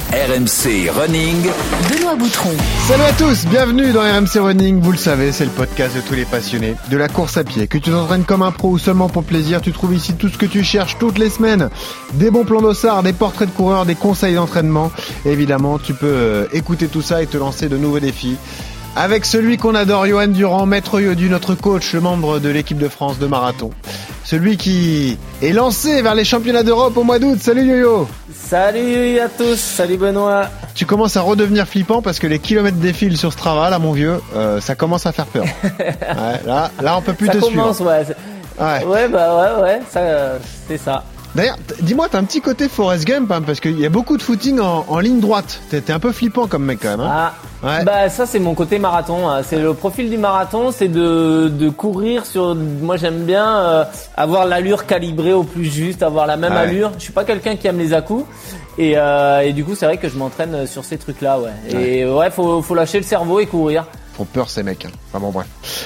RMC Running. Benoît Boutron. Salut à tous, bienvenue dans RMC Running. Vous le savez, c'est le podcast de tous les passionnés de la course à pied. Que tu t'entraînes comme un pro ou seulement pour plaisir, tu trouves ici tout ce que tu cherches toutes les semaines. Des bons plans d'ossard, des portraits de coureurs, des conseils d'entraînement. Et évidemment, tu peux écouter tout ça et te lancer de nouveaux défis. Avec celui qu'on adore, Johan Durand, maître Yodu, notre coach, membre de l'équipe de France de marathon. Celui qui est lancé vers les championnats d'Europe au mois d'août. Salut Yo-Yo. Salut à tous, salut Benoît. Tu commences à redevenir flippant parce que les kilomètres défilent sur Strava, là mon vieux, ça commence à faire peur. Ouais, là on peut plus ça te commence, suivre. Ouais, ça, c'est ça. D'ailleurs, dis-moi, t'as un petit côté Forrest Gump, hein, parce qu'il y a beaucoup de footing en ligne droite. T'es un peu flippant comme mec quand même. Hein. Ouais. Bah ça c'est mon côté marathon. C'est le profil du marathon, c'est de courir sur. Moi j'aime bien avoir l'allure calibrée au plus juste, avoir la même allure. Je suis pas quelqu'un qui aime les à-coups et du coup c'est vrai que je m'entraîne sur ces trucs-là. Ouais. Et ouais, faut lâcher le cerveau et courir. Font peur ces mecs. Hein. Enfin bon bref.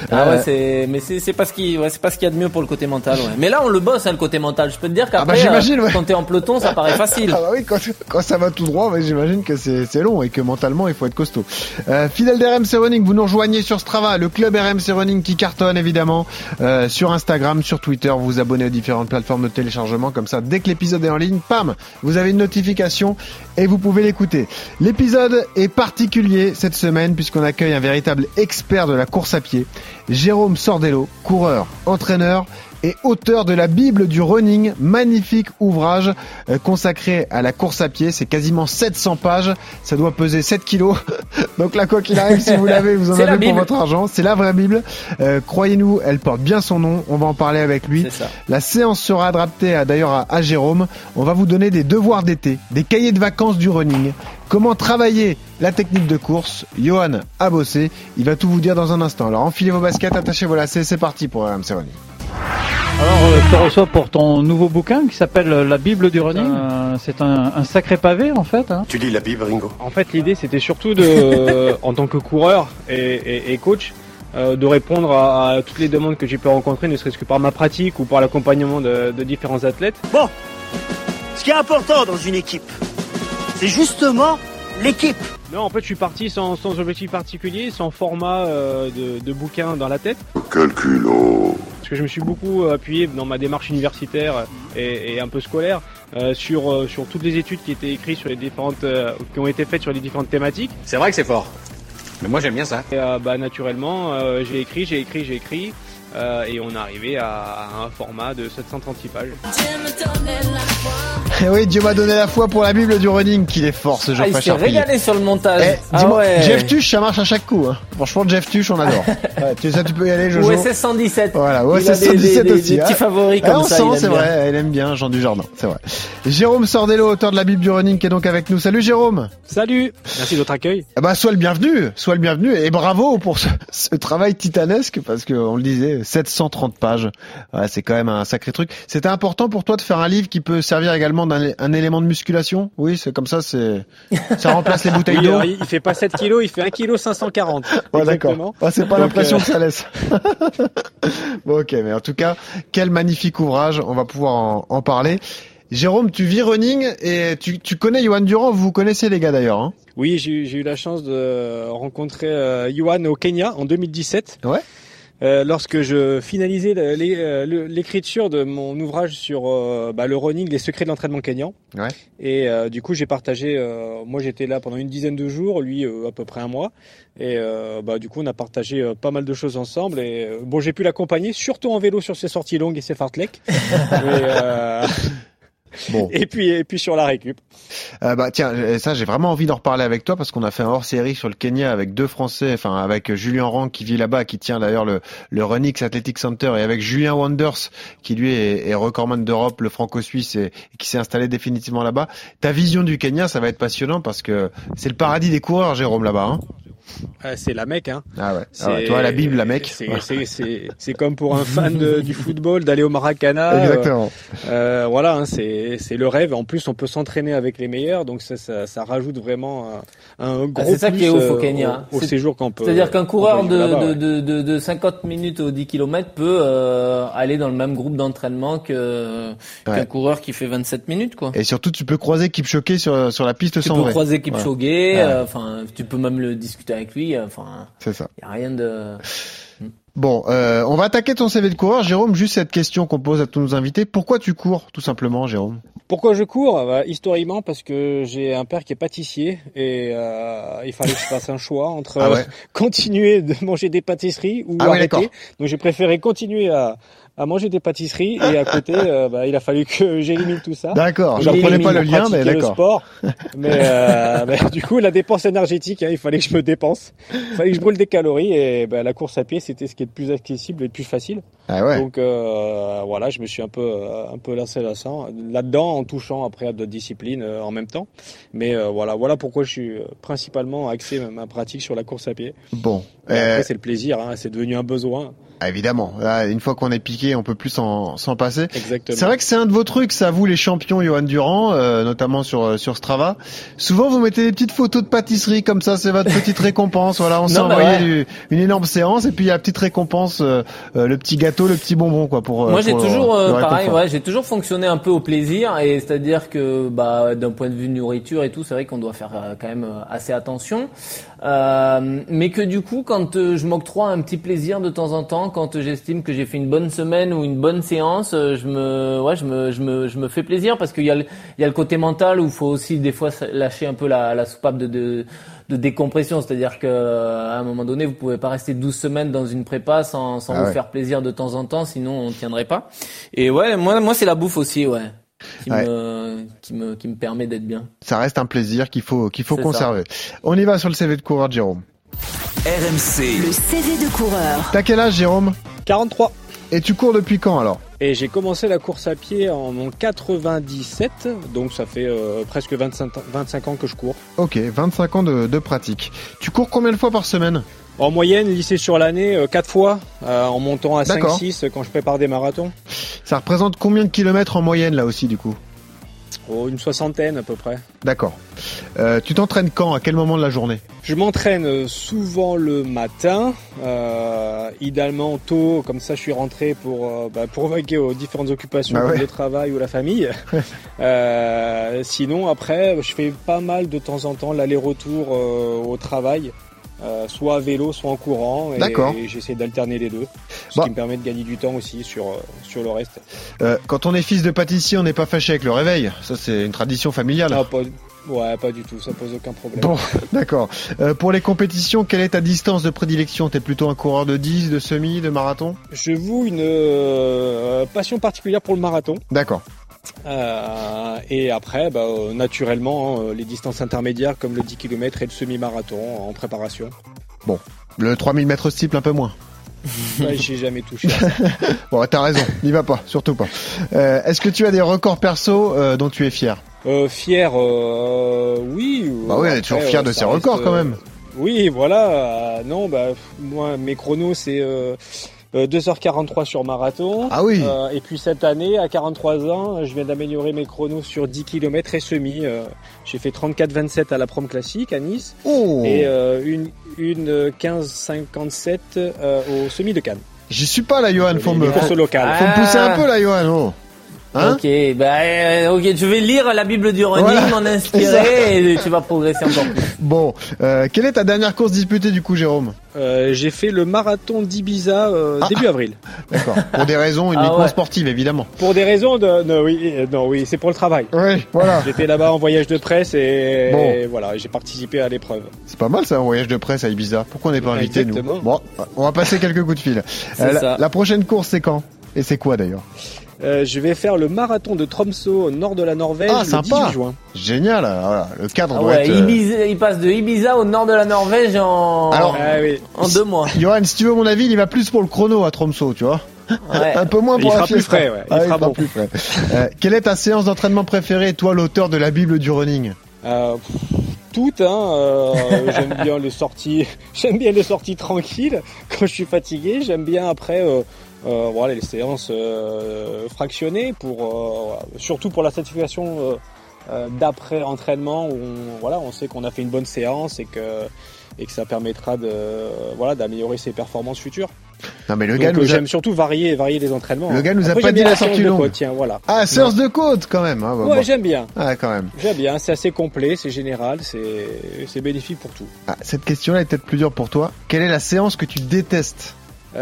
C'est pas ce qu'il y a de mieux pour le côté mental. Ouais. Mais là on le bosse le côté mental. Je peux te dire qu'après quand t'es en peloton ça paraît facile. Ah bah oui, quand ça va tout droit, j'imagine que c'est long et que mentalement il faut être costaud. Fidèle d'RMC Running, vous nous rejoignez sur Strava, le club RMC Running qui cartonne évidemment, sur Instagram, sur Twitter, vous vous abonnez aux différentes plateformes de téléchargement, comme ça dès que l'épisode est en ligne, pam, vous avez une notification et vous pouvez l'écouter. L'épisode est particulier cette semaine puisqu'on accueille un véritable expert de la course à pied, Jérôme Sordello, coureur, entraîneur et auteur de la Bible du running, magnifique ouvrage consacré à la course à pied. C'est quasiment 700 pages, ça doit peser 7 kilos. Donc là, quoi qu'il arrive, si vous l'avez, vous en avez pour votre argent. C'est la vraie Bible. Croyez-nous, elle porte bien son nom. On va en parler avec lui. La séance sera adaptée d'ailleurs à Jérôme. On va vous donner des devoirs d'été, des cahiers de vacances du running. Comment travailler la technique de course. Johan a bossé. Il va tout vous dire dans un instant. Alors enfilez vos baskets, attachez vos lacets. C'est parti pour RMC Running. Alors, je te reçois pour ton nouveau bouquin qui s'appelle La Bible du running. C'est un sacré pavé en fait. Hein. Tu lis la Bible, Ringo? En fait, l'idée c'était surtout en tant que coureur et coach, de répondre à toutes les demandes que j'ai pu rencontrer, ne serait-ce que par ma pratique ou par l'accompagnement de différents athlètes. Bon, ce qui est important dans une équipe, c'est justement l'équipe. Non, en fait, je suis parti sans objectif particulier, sans format de bouquin dans la tête. Quel culot! Parce que je me suis beaucoup appuyé dans ma démarche universitaire et un peu scolaire sur toutes les études qui étaient écrites sur les différentes, qui ont été faites sur les différentes thématiques. C'est vrai que c'est fort, mais moi j'aime bien ça. Et naturellement, j'ai écrit, et on est arrivé à un format de 736 pages. Et oui, Dieu m'a donné la foi pour la Bible du running, qu'il est fort ce jour. Il s'est régalé sur le montage. Dis-moi, Jeff Tuch, ça marche à chaque coup. Hein. Franchement, Jeff Tuch, on adore. Tu peux y aller, Jojo. OSS 117. Voilà, OSS 117 aussi. Des petits favoris comme ça. C'est vrai, elle aime bien Jean Dujardin, c'est vrai. Jérôme Sordello, auteur de la Bible du running, qui est donc avec nous. Salut Jérôme. Salut. Merci de votre accueil. Sois le bienvenu et bravo pour ce travail titanesque parce que on le disait, 730 pages. Ouais, c'est quand même un sacré truc. C'était important pour toi de faire un livre qui peut servir également d'un élément de musculation? Oui, c'est comme ça, ça remplace les bouteilles d'eau. Il fait pas 7 kilos, il fait 1 kg 540. Ouais, d'accord. C'est pas l'impression que ça laisse. Bon, ok, mais en tout cas, quel magnifique ouvrage. On va pouvoir en parler. Jérôme, tu vis running et tu connais Johan Durand, vous connaissez les gars d'ailleurs, hein? Oui, j'ai eu la chance de rencontrer Johan au Kenya en 2017. Ouais. Lorsque je finalisais l'écriture de mon ouvrage sur le running, les secrets de l'entraînement kényan. Ouais. Et du coup, j'ai partagé. Moi, j'étais là pendant une dizaine de jours, lui à peu près un mois. Et du coup, on a partagé pas mal de choses ensemble. Et j'ai pu l'accompagner, surtout en vélo sur ses sorties longues et ses fartleks. Bon. Et puis sur la récup. Tiens, ça j'ai vraiment envie d'en reparler avec toi parce qu'on a fait un hors-série sur le Kenya avec deux Français, enfin avec Julien Rang qui vit là-bas, qui tient d'ailleurs le Renix Athletic Center, et avec Julien Wanders qui lui est recordman d'Europe, le franco-suisse, et qui s'est installé définitivement là-bas. Ta vision du Kenya, ça va être passionnant parce que c'est le paradis des coureurs, Jérôme, là-bas. Hein. C'est la Mecque, hein. Ah ouais. Toi, la Bible, la Mecque. C'est comme pour un fan du football d'aller au Maracana. Exactement. Voilà, hein, c'est le rêve. En plus, on peut s'entraîner avec les meilleurs, donc ça rajoute vraiment un gros c'est ça plus qui est ouf au Kenya. au séjour qu'on peut. C'est-à-dire qu'un coureur de 50 minutes au 10 km peut aller dans le même groupe d'entraînement qu'un coureur qui fait 27 minutes, quoi. Et surtout, tu peux croiser Kipchoge sur la piste sans vrai. Tu peux croiser Kipchoge, tu peux même le discuter avec lui, c'est ça. Y a rien de... Bon, on va attaquer ton CV de coureur. Jérôme, juste cette question qu'on pose à tous nos invités. Pourquoi tu cours, tout simplement, Jérôme? Pourquoi je cours? Historiquement, parce que j'ai un père qui est pâtissier et il fallait que je fasse un choix entre continuer de manger des pâtisseries ou arrêter. Donc j'ai préféré continuer à manger des pâtisseries et à côté il a fallu que j'élimine tout ça. D'accord, je comprenais pas le lien, mais d'accord. Le sport, mais du coup la dépense énergétique, il fallait que je me dépense, il fallait que je brûle des calories et la course à pied c'était ce qui est le plus accessible et le plus facile. Ah ouais. Donc voilà, je me suis un peu lancé là-dedans en touchant après à d'autres disciplines en même temps. Mais voilà pourquoi je suis principalement axé ma pratique sur la course à pied. Bon. Après c'est le plaisir, c'est devenu un besoin. Ah, évidemment. Là, une fois qu'on est piqué, on peut plus s'en passer. Exactement. C'est vrai que c'est un de vos trucs, ça, vous les champions, Johan Durand, notamment sur Strava. Souvent, vous mettez des petites photos de pâtisserie comme ça, c'est votre petite récompense. Voilà, on s'est envoyé une énorme séance et puis il y a la petite récompense, le petit gâteau, le petit bonbon, quoi. Moi, j'ai toujours pareil, j'ai toujours fonctionné un peu au plaisir et c'est-à-dire que d'un point de vue nourriture et tout, c'est vrai qu'on doit faire quand même assez attention. Mais que du coup, quand je m'octroie un petit plaisir de temps en temps, quand j'estime que j'ai fait une bonne semaine ou une bonne séance, je me fais plaisir parce qu'il y a le côté mental où il faut aussi des fois lâcher un peu la soupape de décompression, c'est-à-dire que à un moment donné, vous pouvez pas rester 12 semaines dans une prépa sans vous faire plaisir de temps en temps, sinon on tiendrait pas. Et moi c'est la bouffe aussi, qui me permet d'être bien. Ça reste un plaisir qu'il faut conserver. Ça. On y va sur le CV de coureur de Jérôme. RMC. Le CV de coureur. T'as quel âge, Jérôme? 43. Et tu cours depuis quand alors? Et j'ai commencé la course à pied en 97, donc ça fait presque 25 ans que je cours. Ok, 25 ans de pratique. Tu cours combien de fois par semaine? En moyenne, lycée sur l'année, 4 fois, en montant à 5-6 quand je prépare des marathons. Ça représente combien de kilomètres en moyenne là aussi du coup? Une 60aine à peu près. D'accord. Tu t'entraînes quand? À quel moment de la journée? Je m'entraîne souvent le matin, idéalement tôt, comme ça je suis rentré pour vaquer aux différentes occupations comme le travail ou la famille. Sinon après, je fais pas mal de temps en temps l'aller-retour au travail. Soit à vélo, soit en courant, et j'essaie d'alterner les deux, ce qui me permet de gagner du temps aussi sur le reste. Quand on est fils de pâtissier, on n'est pas fâché avec le réveil. Ça, c'est une tradition familiale. Ah, pas du tout, ça pose aucun problème. Bon, d'accord. Pour les compétitions, quelle est ta distance de prédilection? T'es plutôt un coureur de 10, de semi, de marathon? Je voue une passion particulière pour le marathon. D'accord. Et après, naturellement, les distances intermédiaires comme le 10 km et le semi-marathon en préparation. Bon, le 3000 mètres steeple un peu moins. J'ai jamais touché. Bon, t'as raison, n'y va pas, surtout pas. Est-ce que tu as des records perso dont tu es fier? Fier, oui. Bah oui, on est toujours fier de ces records quand même. Oui, voilà. Moi, mes chronos, c'est 2h43 sur marathon. Ah oui. Et puis cette année, à 43 ans, je viens d'améliorer mes chronos sur 10 km et semi. J'ai fait 34-27 à la prom classique à Nice. Oh. Et une 15-57 au semi de Cannes. J'y suis pas là, Johan. Faut me pousser un peu là, Johan. Oh. Hein? Ok, je vais lire la Bible du running, m'en inspirer et tu vas progresser encore plus. Bon, quelle est ta dernière course disputée du coup, Jérôme? J'ai fait le marathon d'Ibiza début avril. D'accord. Pour des raisons uniquement sportives, évidemment. Pour des raisons oui, c'est pour le travail. Oui, voilà. J'étais là-bas en voyage de presse et voilà, j'ai participé à l'épreuve. C'est pas mal ça, un voyage de presse à Ibiza. Pourquoi on n'est pas invité nous? Bon, on va passer quelques coups de fil. La prochaine course, c'est quand? Et c'est quoi d'ailleurs? Je vais faire le marathon de Tromsø au nord de la Norvège le 18 juin. Génial, voilà, le cadre doit être... Ibiza, il passe de Ibiza au nord de la Norvège en 2 mois. Johan, si tu veux mon avis, il va plus pour le chrono à Tromsø, tu vois. Un peu moins pour la fiesta. Il fera plus frais, il fera plus frais. Quelle est ta séance d'entraînement préférée, toi, l'auteur de la Bible du running? toutes. J'aime bien les sorties tranquilles quand je suis fatigué. J'aime bien après les séances fractionnées surtout pour la satisfaction d'après entraînement où on sait qu'on a fait une bonne séance et que ça permettra d'améliorer ses performances futures. Non mais le Donc, gars j'aime surtout varier les entraînements. Le gars nous Après, a pas dit la sortie longue. Tiens, voilà. Ah, séance de côte quand même. Hein, ouais, j'aime bien. Ah, quand même. J'aime bien, c'est assez complet, c'est général, c'est bénéfique pour tout. Ah, cette question-là est peut-être plus dure pour toi. Quelle est la séance que tu détestes ?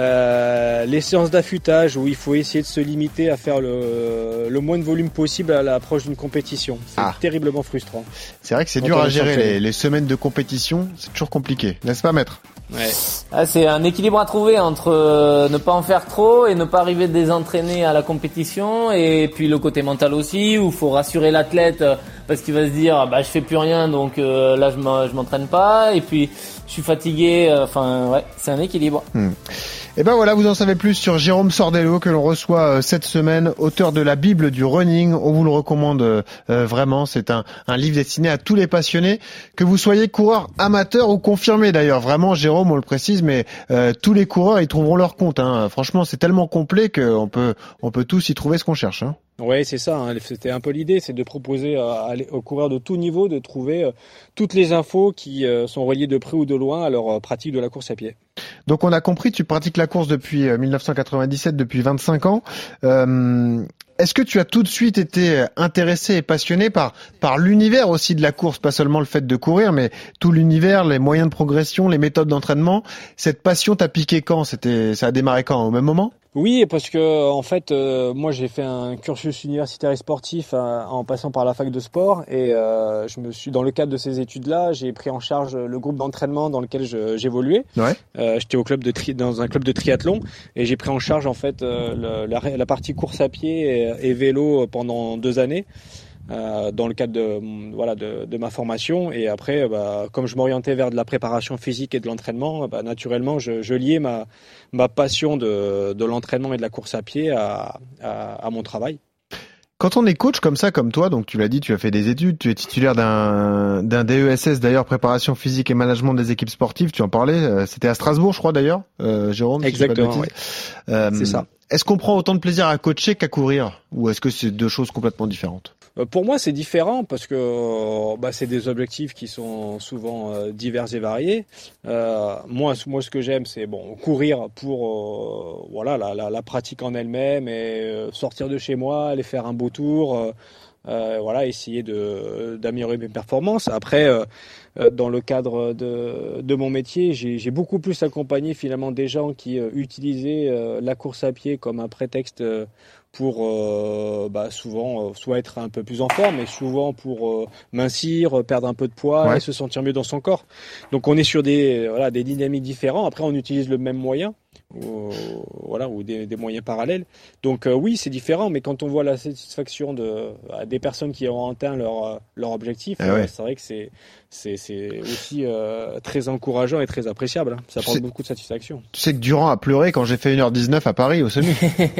Les séances d'affûtage où il faut essayer de se limiter à faire le moins de volume possible à l'approche d'une compétition. C'est terriblement frustrant. C'est vrai que c'est dur à gérer les semaines de compétition, c'est toujours compliqué, n'est-ce pas maître ? Ouais. C'est un équilibre à trouver entre ne pas en faire trop et ne pas arriver désentraîné à la compétition, et puis le côté mental aussi où il faut rassurer l'athlète parce qu'il va se dire je fais plus rien donc là je m'entraîne pas, et puis je suis fatigué, c'est un équilibre. Et ben voilà, vous en savez plus sur Jérôme Sordello que l'on reçoit cette semaine, auteur de la Bible du running. On vous le recommande vraiment, c'est un livre destiné à tous les passionnés, que vous soyez coureur amateur ou confirmé d'ailleurs. Vraiment Jérôme, on le précise, mais tous les coureurs y trouveront leur compte. Franchement, c'est tellement complet qu'on peut tous y trouver ce qu'on cherche. Ouais, c'est ça. C'était un peu l'idée, c'est de proposer aux coureurs de tout niveau de trouver toutes les infos qui sont reliées de près ou de loin à leur pratique de la course à pied. Donc on a compris, tu pratiques la course depuis 1997, depuis 25 ans. Est-ce que tu as tout de suite été intéressé et passionné par l'univers aussi de la course, pas seulement le fait de courir, mais tout l'univers, les moyens de progression, les méthodes d'entraînement? Cette passion t'a piqué quand? Ça a démarré quand? Au même moment? Oui, parce que en fait, moi j'ai fait un cursus universitaire et sportif en passant par la fac de sport, et dans le cadre de ces études-là, j'ai pris en charge le groupe d'entraînement dans lequel j'évoluais. Ouais. J'étais dans un club de triathlon, et j'ai pris en charge en fait la partie course à pied et vélo pendant 2 années. Dans le cadre de ma formation, et après comme je m'orientais vers de la préparation physique et de l'entraînement, naturellement je liais ma passion de l'entraînement et de la course à pied à mon travail. Quand on est coach comme ça, comme toi, donc tu l'as dit, tu as fait des études, tu es titulaire d'un DESS d'ailleurs, préparation physique et management des équipes sportives, tu en parlais, c'était à Strasbourg je crois d'ailleurs, Jérôme. Exactement, oui. C'est ça. Est-ce qu'on prend autant de plaisir à coacher qu'à courir, ou est-ce que c'est 2 choses complètement différentes? Pour moi, c'est différent parce que c'est des objectifs qui sont souvent divers et variés. Moi, ce que j'aime, c'est courir pour la pratique en elle-même, et sortir de chez moi, aller faire un beau tour, essayer d'améliorer mes performances. Après, dans le cadre de mon métier, j'ai beaucoup plus accompagné finalement des gens qui utilisaient la course à pied comme un prétexte pour souvent soit être un peu plus en forme, mais souvent pour mincir, perdre un peu de poids et se sentir mieux dans son corps. Donc on est sur des dynamiques différentes. Après on utilise le même moyen, ou des moyens parallèles. Donc oui, c'est différent, mais quand on voit la satisfaction des personnes qui ont atteint leur objectif, c'est vrai que c'est aussi très encourageant et très appréciable. Ça apporte beaucoup de satisfaction. Tu sais que Durand a pleuré quand j'ai fait 1h19 à Paris au semi.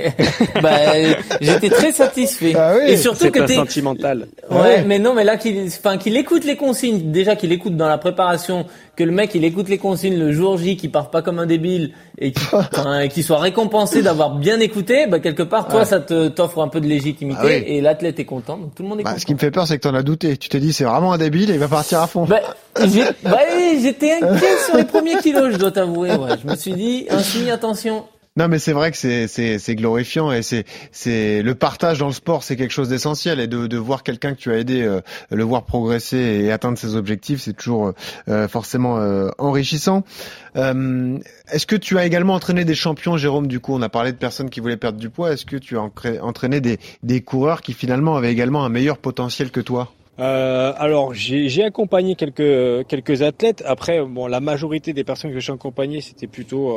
J'étais très satisfait. Ah oui, et surtout c'est sentimental. Ouais, mais non, mais là qu'il écoute les consignes, déjà qu'il écoute dans la préparation, que le mec il écoute les consignes le jour J, qu'il part pas comme un débile et qu'il soit récompensé d'avoir bien écouté, quelque part toi ça t'offre un peu de légitimité, et l'athlète est content, donc tout le monde est content. Ce qui me fait peur, c'est que t'en as douté. Tu t'es dit c'est vraiment un débile et il va partir à fond. J'étais inquiet sur les premiers kilos, je dois t'avouer. Je me suis dit, attention. Non, mais c'est vrai que c'est glorifiant, et c'est le partage dans le sport, c'est quelque chose d'essentiel, et de voir quelqu'un que tu as aidé, le voir progresser et atteindre ses objectifs, c'est toujours forcément enrichissant. Est-ce que tu as également entraîné des champions, Jérôme? Du coup, on a parlé de personnes qui voulaient perdre du poids. Est-ce que tu as entraîné des coureurs qui finalement avaient également un meilleur potentiel que toi? Alors j'ai accompagné quelques athlètes. Après, la majorité des personnes que j'ai accompagnées, c'était plutôt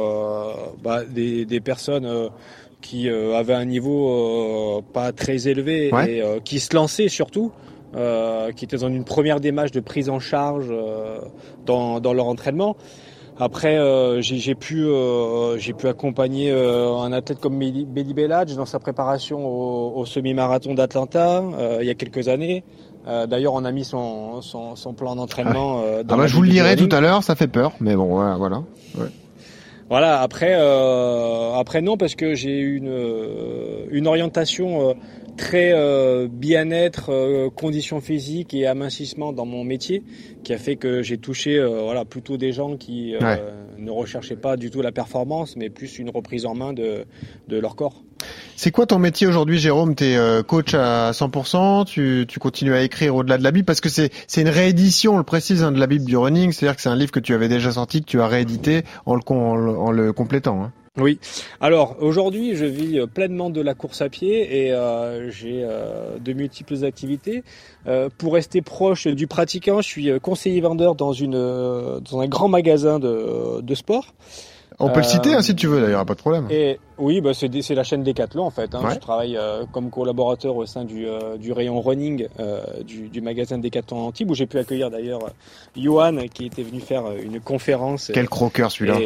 des personnes qui avaient un niveau pas très élevé, et qui se lançaient surtout, qui étaient dans une première démarche de prise en charge dans leur entraînement. Après, j'ai pu accompagner un athlète comme Bedi Bellage dans sa préparation au semi-marathon d'Atlanta il y a quelques années. D'ailleurs, on a mis son plan d'entraînement. Je vous le lirai tout à l'heure, ça fait peur, mais bon, voilà. Ouais. Voilà. Après non, parce que j'ai une orientation très bien-être, conditions physiques et amincissement dans mon métier, qui a fait que j'ai touché plutôt des gens qui ne recherchaient pas du tout la performance, mais plus une reprise en main de leur corps. C'est quoi ton métier aujourd'hui, Jérôme? T'es coach à 100%, tu continues à écrire au-delà de la Bible, parce que c'est une réédition, on le précise, de la Bible du running, c'est-à-dire que c'est un livre que tu avais déjà sorti, que tu as réédité en le complétant. Hein. Oui. Alors aujourd'hui, je vis pleinement de la course à pied et j'ai de multiples activités. Pour rester proche du pratiquant, je suis conseiller vendeur dans un grand magasin de sport. On peut le citer si tu veux, d'ailleurs, pas de problème. Et oui, c'est la chaîne Decathlon en fait. Ouais. Je travaille comme collaborateur au sein du rayon running du magasin Decathlon Antibes, où j'ai pu accueillir d'ailleurs Johan qui était venu faire une conférence. Quel croqueur celui-là.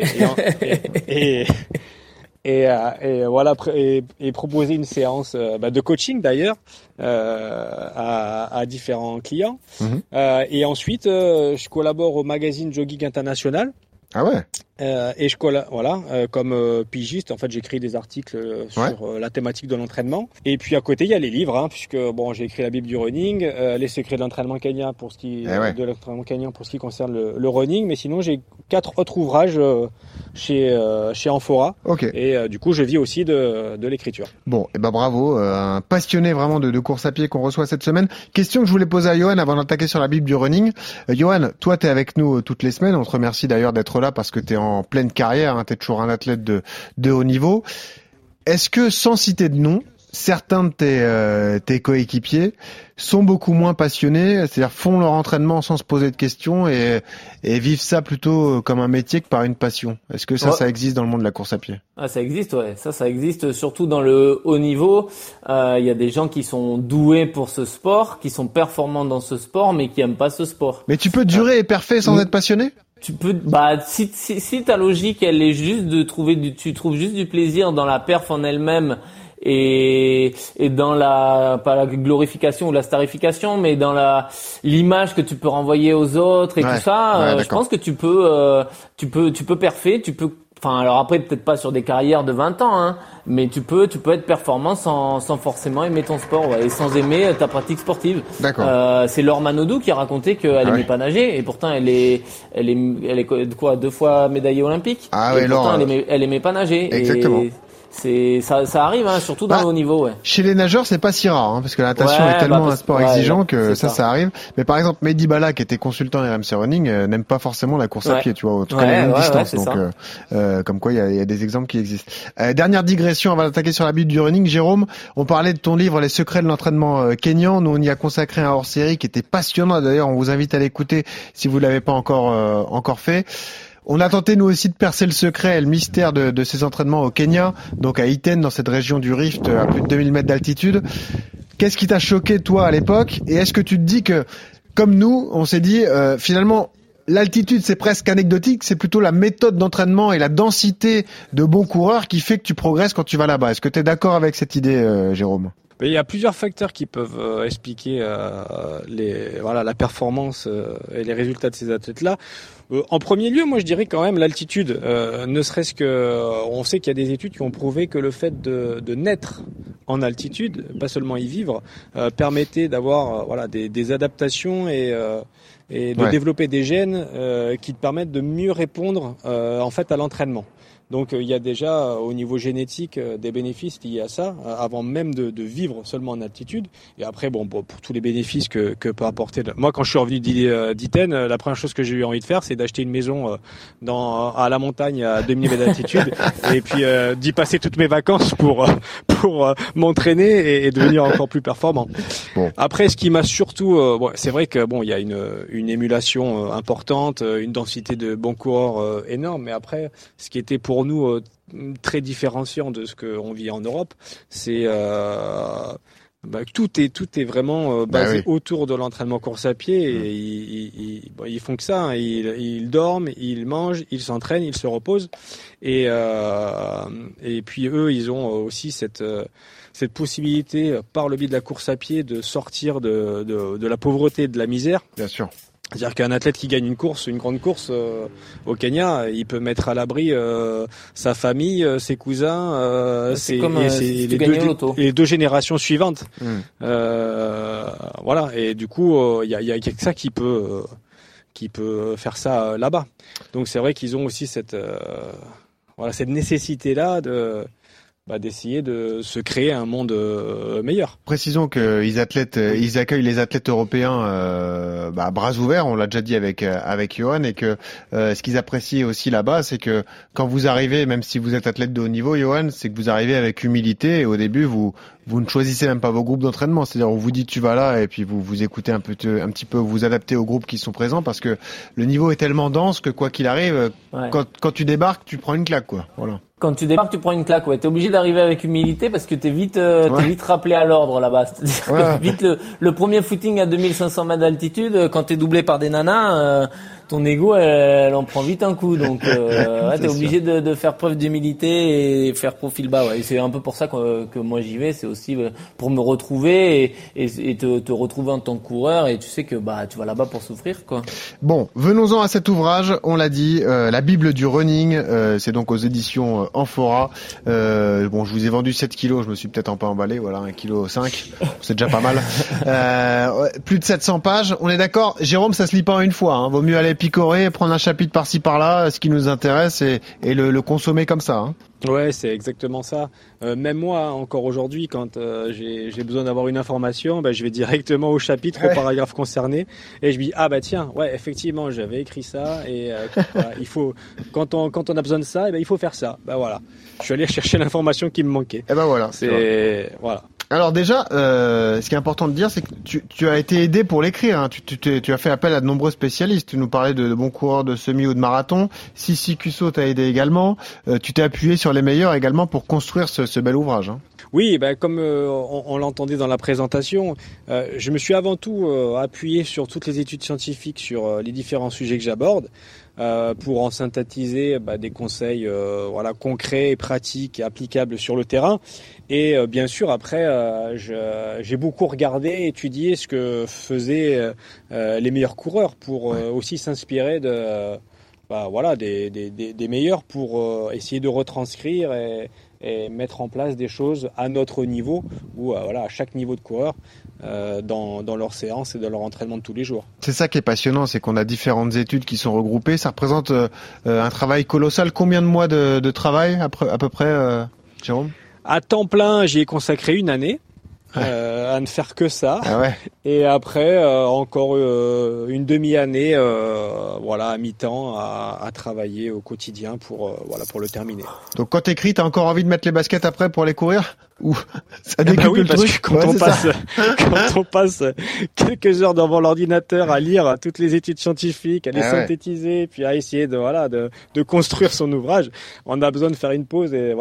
Et proposer une séance de coaching d'ailleurs à différents clients. Et ensuite, je collabore au magazine Jogging International. Ah ouais. Et je comme pigiste, en fait, j'écris des articles sur la thématique de l'entraînement. Et puis à côté, il y a les livres, puisque j'ai écrit la Bible du running, les secrets de l'entraînement kenyan pour ce qui de l'entraînement kenyan pour ce qui concerne le running. Mais sinon, j'ai 4 autres ouvrages chez Amphora. Okay. Et du coup, je vis aussi de l'écriture. Bon, et bravo, un passionné vraiment de course à pied qu'on reçoit cette semaine. Question que je voulais poser à Johan avant d'attaquer sur la Bible du running. Johan, toi, t'es avec nous toutes les semaines. On te remercie d'ailleurs d'être là parce que t'es en pleine carrière, t'es toujours un athlète de haut niveau. Est-ce que, sans citer de nom, certains de tes coéquipiers sont beaucoup moins passionnés, c'est-à-dire font leur entraînement sans se poser de questions et vivent ça plutôt comme un métier que par une passion? Est-ce que ça existe dans le monde de la course à pied? Ça existe, ouais. Ça existe surtout dans le haut niveau. Il y a des gens qui sont doués pour ce sport, qui sont performants dans ce sport, mais qui aiment pas ce sport. Mais tu peux durer et parfait sans être passionné? Tu peux, si ta logique, elle est juste de tu trouves juste du plaisir dans la perf en elle-même et dans pas la glorification ou la starification, mais dans l'image que tu peux renvoyer aux autres et tout ça, je pense que tu peux perfer, alors après peut-être pas sur des carrières de 20 ans, mais tu peux être performant sans forcément aimer ton sport, et sans aimer ta pratique sportive. D'accord. C'est Laure Manodou qui a raconté qu'elle aimait pas nager, et pourtant elle est quoi, 2 fois médaillée olympique. Ah ouais, pourtant Laure. elle aimait pas nager. Exactement. Et ça arrive, surtout dans le haut niveau, ouais. Chez les nageurs, c'est pas si rare, parce que la natation est tellement un sport exigeant que ça arrive. Mais par exemple, Mehdi Bala, qui était consultant RMC Running, n'aime pas forcément la course à pied, tu vois, en tout cas les mêmes distances. Donc, comme quoi, il y a des exemples qui existent. Dernière digression avant d'attaquer sur la Bible du running. Jérôme, on parlait de ton livre, Les secrets de l'entraînement kenyan. Nous, on y a consacré un hors-série qui était passionnant. D'ailleurs, on vous invite à l'écouter si vous l'avez pas encore fait. On a tenté nous aussi de percer le secret et le mystère de ces entraînements au Kenya, donc à Iten, dans cette région du Rift, à plus de 2000 mètres d'altitude. Qu'est-ce qui t'a choqué toi à l'époque? Et est-ce que tu te dis que, comme nous, on s'est dit finalement l'altitude c'est presque anecdotique, c'est plutôt la méthode d'entraînement et la densité de bons coureurs qui fait que tu progresses quand tu vas là-bas? Est-ce que tu es d'accord avec cette idée, Jérôme? Mais il y a plusieurs facteurs qui peuvent expliquer la performance et les résultats de ces athlètes-là. En premier lieu, moi je dirais quand même l'altitude. Ne serait-ce que, on sait qu'il y a des études qui ont prouvé que le fait de naître en altitude, pas seulement y vivre, permettait d'avoir des adaptations et de développer des gènes qui te permettent de mieux répondre en fait à l'entraînement. Donc il y a déjà au niveau génétique des bénéfices liés à ça, avant même de vivre seulement en altitude. Et après, pour tous les bénéfices que peut apporter. Moi, quand je suis revenu d'Iten, la première chose que j'ai eu envie de faire, c'est d'acheter une maison à la montagne à 2000 mètres d'altitude, et puis d'y passer toutes mes vacances pour m'entraîner et devenir encore plus performant. Bon. Après, ce qui m'a surtout, c'est vrai que il y a une émulation importante, une densité de bons coureurs énorme, mais après, ce qui était pour nous très différenciant de ce qu'on vit en Europe, c'est tout est vraiment basé autour de l'entraînement course à pied, et ils font que ça, ils dorment, ils mangent, ils s'entraînent, ils se reposent, et puis eux ils ont aussi cette cette possibilité par le biais de la course à pied de sortir de la pauvreté, de la misère. Bien sûr. C'est-à-dire qu'un athlète qui gagne une grande course au Kenya, il peut mettre à l'abri sa famille, ses cousins, les deux générations suivantes. Voilà. Et du coup, il y a que ça qui peut faire ça là-bas. Donc c'est vrai qu'ils ont aussi cette nécessité-là d'essayer de se créer un monde meilleur. Précisons que ils accueillent les athlètes européens à bras ouverts, on l'a déjà dit avec Johan, et que ce qu'ils apprécient aussi là-bas, c'est que quand vous arrivez, même si vous êtes athlète de haut niveau, Johan, c'est que vous arrivez avec humilité, et au début vous ne choisissez même pas vos groupes d'entraînement, c'est-à-dire on vous dit tu vas là et puis vous écoutez un petit peu, vous adaptez aux groupes qui sont présents, parce que le niveau est tellement dense que quoi qu'il arrive, quand tu débarques, tu prends une claque, quoi. Voilà. Quand tu débarques, tu prends une claque. Ouais, t'es obligé d'arriver avec humilité parce que t'es vite rappelé à l'ordre là-bas. C'est-à-dire que vite le premier footing à 2500 mètres d'altitude, quand t'es doublé par des nanas, ton ego, elle en prend vite un coup. Donc, t'es obligé de faire preuve d'humilité et faire profil bas. Ouais. Et c'est un peu pour ça que moi j'y vais. C'est aussi pour me retrouver et te retrouver en tant que coureur. Et tu sais que tu vas là-bas pour souffrir, quoi. Bon, venons-en à cet ouvrage. On l'a dit, la Bible du running. C'est donc aux éditions Amphora. Je vous ai vendu 7 kilos. Je me suis peut-être un peu emballé. Voilà, 1,5 kg. C'est déjà pas mal. Plus de 700 pages. On est d'accord. Jérôme, ça se lit pas en une fois. Hein. Vaut mieux aller picorer, prendre un chapitre par-ci par-là, ce qui nous intéresse, et le consommer comme ça. Hein. Ouais, c'est exactement ça. Même moi, encore aujourd'hui, quand j'ai besoin d'avoir une information, je vais directement au chapitre, au paragraphe concerné, et je me dis tiens, effectivement, j'avais écrit ça, et il faut quand on a besoin de ça, il faut faire ça. Voilà, je suis allé chercher l'information qui me manquait. Et voilà. Voilà. Alors déjà, ce qui est important de dire, c'est que tu as été aidé pour l'écrire. Hein. Tu as fait appel à de nombreux spécialistes. Tu nous parlais de bons coureurs de semi ou de marathon. Sissi Cusso t'a aidé également. Tu t'es appuyé sur les meilleurs également pour construire ce bel ouvrage. Hein. Oui, comme on l'entendait dans la présentation, je me suis avant tout appuyé sur toutes les études scientifiques sur les différents sujets que j'aborde. Pour en synthétiser des conseils concrets, pratiques et applicables sur le terrain. Et bien sûr, après, j'ai beaucoup regardé, étudié ce que faisaient les meilleurs coureurs pour aussi s'inspirer des meilleurs pour essayer de retranscrire et mettre en place des choses à notre niveau ou à chaque niveau de coureur dans leur séance et dans leur entraînement de tous les jours. C'est ça qui est passionnant, c'est qu'on a différentes études qui sont regroupées. Ça représente un travail colossal. Combien de mois de travail à peu près, Jérôme ? À temps plein, j'y ai consacré une année. À ne faire que ça. Et après encore une demi-année à mi-temps à travailler au quotidien pour le terminer. Donc quand t'écris, t'as encore envie de mettre les baskets après pour aller courir ou ça décuple le parce truc que quand on passe quelques heures devant l'ordinateur à lire toutes les études scientifiques, à les synthétiser, puis à essayer de construire son ouvrage, on a besoin de faire une pause et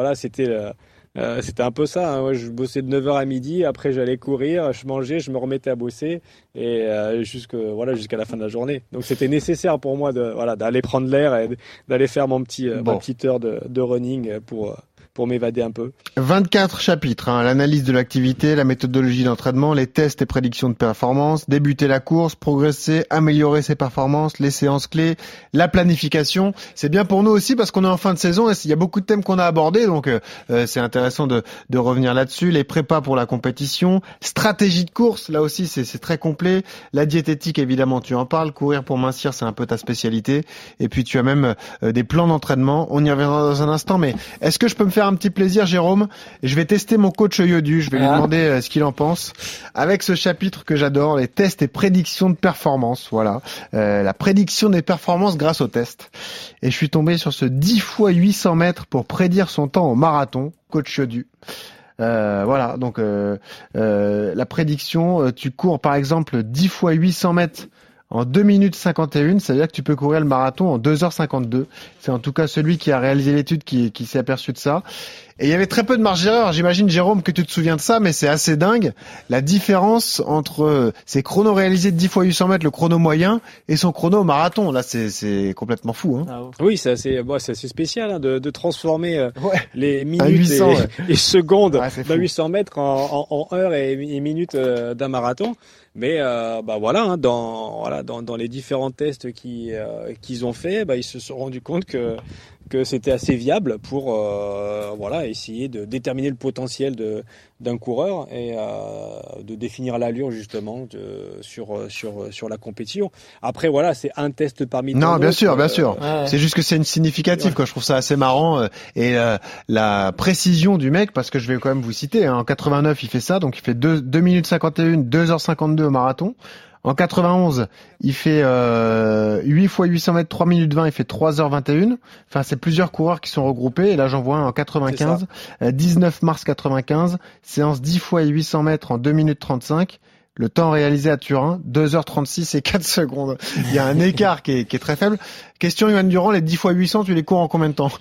c'était un peu ça, hein. Moi, je bossais de 9h à midi, après j'allais courir, je mangeais, je me remettais à bosser et jusqu'à la fin de la journée. Donc c'était nécessaire pour moi d'aller prendre l'air et d'aller faire ma petite heure de running pour m'évader un peu. 24 chapitres, hein, l'analyse de l'activité, la méthodologie d'entraînement, les tests et prédictions de performance, débuter la course, progresser, améliorer ses performances, les séances clés, la planification. C'est bien pour nous aussi parce qu'on est en fin de saison et il y a beaucoup de thèmes qu'on a abordés, donc c'est intéressant de revenir là-dessus. Les prépas pour la compétition, stratégie de course, là aussi c'est très complet. La diététique, évidemment, tu en parles. Courir pour mincir, c'est un peu ta spécialité. Et puis tu as même des plans d'entraînement. On y reviendra dans un instant, mais est-ce que je peux me faire un petit plaisir, Jérôme? Je vais tester mon coach Yodu, je vais lui demander ce qu'il en pense avec ce chapitre que j'adore, les tests et prédictions de performance. Voilà, la prédiction des performances grâce aux tests. Et je suis tombé sur ce 10 x 800 mètres pour prédire son temps au marathon, coach Yodu. Voilà, donc la prédiction, tu cours par exemple 10 x 800 mètres en 2 minutes 51, ça veut dire que tu peux courir le marathon en 2h52. C'est en tout cas celui qui a réalisé l'étude qui s'est aperçu de ça. Et il y avait très peu de marge d'erreur. J'imagine, Jérôme, que tu te souviens de ça, mais c'est assez dingue. La différence entre ses chronos réalisés de 10 x 800 mètres, le chrono moyen, et son chrono au marathon. Là, c'est complètement fou. Hein. Oui, c'est assez spécial hein, de transformer les minutes 800, et secondes d'un 800 mètres en heures et minutes d'un marathon. Mais voilà, dans les différents tests qu'ils ont fait, ils se sont rendus compte que c'était assez viable pour essayer de déterminer le potentiel d'un coureur et de définir l'allure justement sur la compétition. Après voilà, c'est un test parmi tant d'autres. Non, bien sûr. C'est juste que c'est une significative quoi. Je trouve ça assez marrant et la précision du mec, parce que je vais quand même vous citer hein, en 89, il fait ça, donc il fait 2 minutes 51, 2h52 au marathon. En 91, il fait 8 x 800 mètres, 3 minutes 20, il fait 3h21. Enfin, c'est plusieurs coureurs qui sont regroupés. Et là, j'en vois un en 95, 19 mars 95, séance 10 x 800 mètres en 2 minutes 35. Le temps réalisé à Turin, 2h36 et 4 secondes. Il y a un écart qui est très faible. Question, Yoann Durand, les 10 x 800, tu les cours en combien de temps?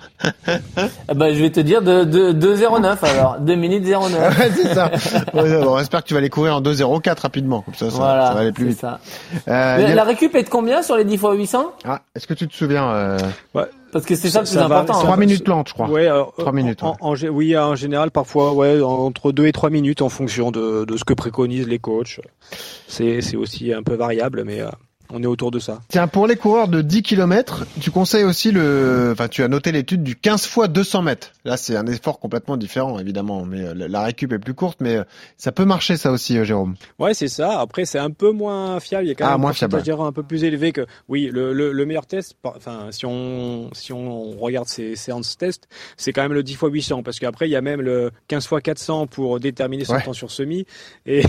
Je vais te dire de 2h09 alors. 2 minutes 09. Ouais, c'est ça. On espère que tu vas les courir en 2h04 rapidement. Comme ça va aller plus vite. Ça. La récup est de combien sur les 10 x 800? Est-ce que tu te souviens Parce que c'est ça le plus important. 3 minutes lentes, je crois. Ouais, 3 minutes. Oui, en général, parfois, entre 2 et 3 minutes en fonction de ce que préconisent les coachs. C'est aussi un peu variable, mais on est autour de ça. Tiens, pour les coureurs de 10 km, tu conseilles aussi tu as noté l'étude du 15 x 200 mètres. Là, c'est un effort complètement différent, évidemment, mais la récup est plus courte, mais ça peut marcher, ça aussi, Jérôme. Ouais, c'est ça. Après, c'est un peu moins fiable. Il y a quand même un pourcentage d'erreur un peu plus élevé que, le meilleur test, si on regarde ces séances test, c'est quand même le 10 x 800, parce qu'après, il y a même le 15 x 400 pour déterminer son temps sur semi, et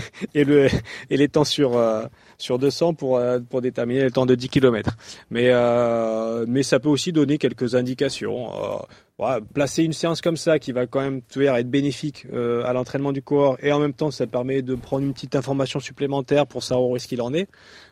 les temps sur 200 pour déterminer le temps de 10 km. Mais ça peut aussi donner quelques indications. Placer une séance comme ça qui va quand même être bénéfique à l'entraînement du coureur, et en même temps ça permet de prendre une petite information supplémentaire pour savoir où est-ce qu'il en est.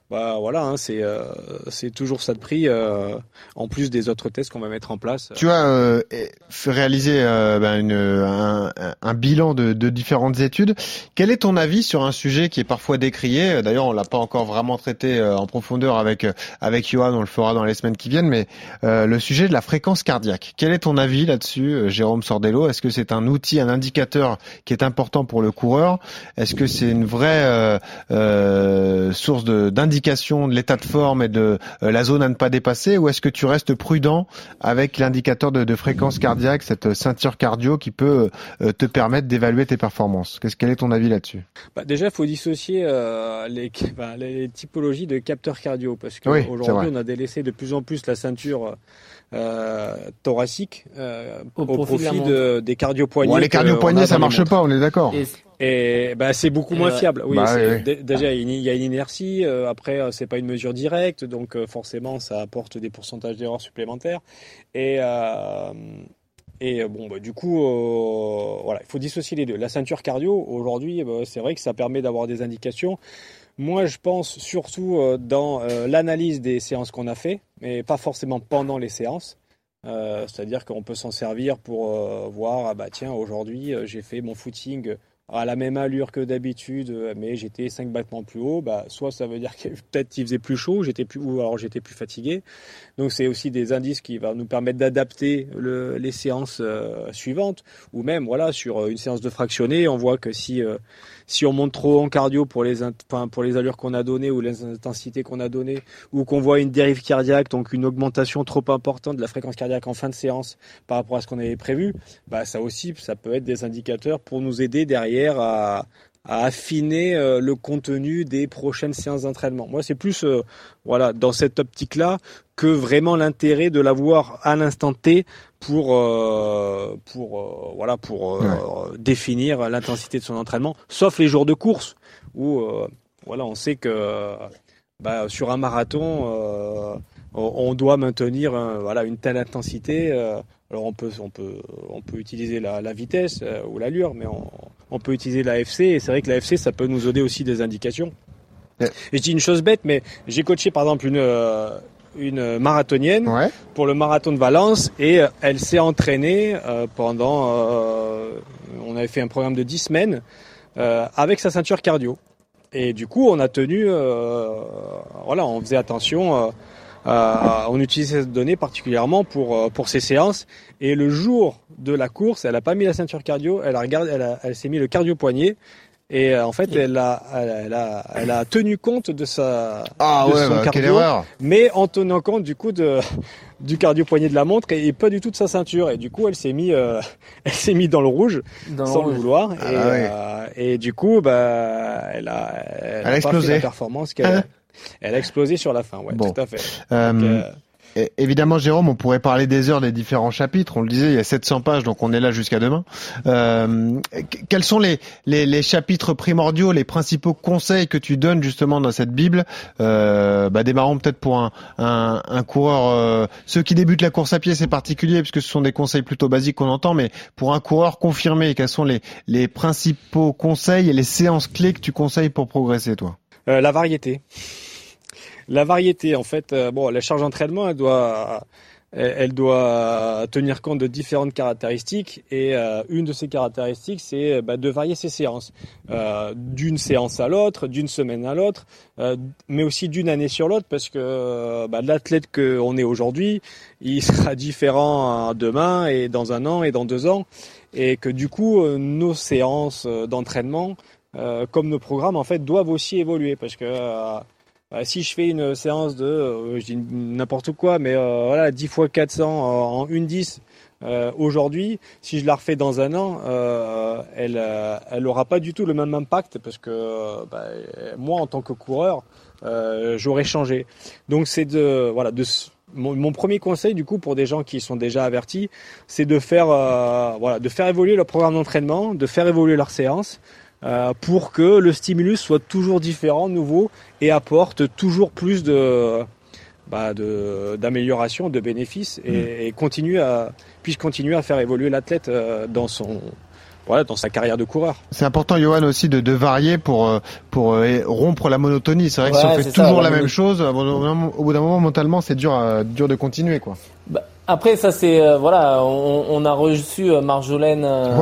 C'est toujours ça de prix en plus des autres tests qu'on va mettre en place. Tu as réalisé un bilan de différentes études. Quel est ton avis sur un sujet qui est parfois décrié? D'ailleurs, on l'a pas encore vraiment traité en profondeur avec Yoann, on le fera dans les semaines qui viennent, mais le sujet de la fréquence cardiaque. Quel est ton avis là-dessus, Jérôme Sordello? Est-ce que c'est un outil, un indicateur qui est important pour le coureur? Est-ce que c'est une vraie source d'indication de l'état de forme et de la zone à ne pas dépasser, ou est-ce que tu restes prudent avec l'indicateur de fréquence cardiaque, cette ceinture cardio qui peut te permettre d'évaluer tes performances? Quel est ton avis là-dessus? Déjà, il faut dissocier les typologies de capteurs cardio, parce qu'aujourd'hui, on a délaissé de plus en plus la ceinture thoracique au profit des cardio-poignets. Les cardio-poignets, ça marche pas, on est d'accord. Et c'est beaucoup moins fiable. Déjà il y a une inertie. Après, c'est pas une mesure directe, donc forcément, ça apporte des pourcentages d'erreurs supplémentaires. Du coup, il faut dissocier les deux. La ceinture cardio, aujourd'hui, c'est vrai que ça permet d'avoir des indications. Moi, je pense surtout dans l'analyse des séances qu'on a fait, mais pas forcément pendant les séances. C'est-à-dire qu'on peut s'en servir pour voir, aujourd'hui, j'ai fait mon footing à la même allure que d'habitude, mais j'étais 5 battements plus haut. Soit ça veut dire que peut-être il faisait plus chaud, ou alors j'étais plus fatigué. Donc c'est aussi des indices qui vont nous permettre d'adapter les séances suivantes, ou même sur une séance de fractionné, on voit que si on monte trop en cardio pour les allures qu'on a données ou les intensités qu'on a données, ou qu'on voit une dérive cardiaque, donc une augmentation trop importante de la fréquence cardiaque en fin de séance par rapport à ce qu'on avait prévu, ça aussi, ça peut être des indicateurs pour nous aider derrière à affiner le contenu des prochaines séances d'entraînement. Moi, c'est plus dans cette optique-là que vraiment l'intérêt de l'avoir à l'instant T pour définir l'intensité de son entraînement, sauf les jours de course où on sait que sur un marathon on doit maintenir une telle intensité. Alors on peut utiliser la vitesse ou l'allure, mais on peut utiliser l'AFC, et c'est vrai que l'AFC, ça peut nous donner aussi des indications. Ouais. Et je dis une chose bête, mais j'ai coaché par exemple une marathonienne pour le marathon de Valence et elle s'est entraînée pendant on avait fait un programme de 10 semaines avec sa ceinture cardio. Et du coup, on a tenu on faisait attention on utilisait cette donnée particulièrement pour ces séances et le jour de la course, elle a pas mis la ceinture cardio, elle s'est mis le cardio poignet. Et en fait, elle a tenu compte de son cardio, quelle erreur. Mais en tenant compte du coup du cardio poignet de la montre et pas du tout de sa ceinture. Et du coup, elle s'est mis dans le rouge sans le vouloir. Et du coup, elle a explosé. Pas fait la performance elle a explosé sur la fin. Ouais, tout à fait. Donc, évidemment, Jérôme, on pourrait parler des heures des différents chapitres. On le disait, il y a 700 pages, donc on est là jusqu'à demain. Quels sont les chapitres primordiaux, les principaux conseils que tu donnes justement dans cette Bible? Démarrons peut-être pour un coureur. Ceux qui débutent la course à pied, c'est particulier puisque ce sont des conseils plutôt basiques qu'on entend, mais pour un coureur confirmé, quels sont les principaux conseils et les séances clés que tu conseilles pour progresser, toi? La variété. La variété, en fait, la charge d'entraînement, elle doit tenir compte de différentes caractéristiques et une de ces caractéristiques, c'est de varier ses séances, d'une séance à l'autre, d'une semaine à l'autre, mais aussi d'une année sur l'autre, parce que l'athlète qu'on est aujourd'hui, il sera différent demain et dans un an et dans 2 ans, et que du coup, nos séances d'entraînement, comme nos programmes, en fait, doivent aussi évoluer, parce que si je fais une séance je dis n'importe quoi, mais 10 x 400 en 1-10 aujourd'hui, si je la refais dans un an, elle aura pas du tout le même impact parce que moi en tant que coureur, j'aurais changé. Donc c'est mon premier conseil du coup pour des gens qui sont déjà avertis, c'est de faire évoluer leur programme d'entraînement, de faire évoluer leurs séances. Pour que le stimulus soit toujours différent, nouveau et apporte toujours plus d'amélioration, de bénéfices et puisse continuer à faire évoluer l'athlète dans sa carrière de coureur. C'est important, Johan, aussi de varier pour rompre la monotonie. C'est vrai que si on fait toujours la même chose, au bout d'un moment, mentalement, c'est dur de continuer, quoi. Après, ça c'est on a reçu Marjolaine.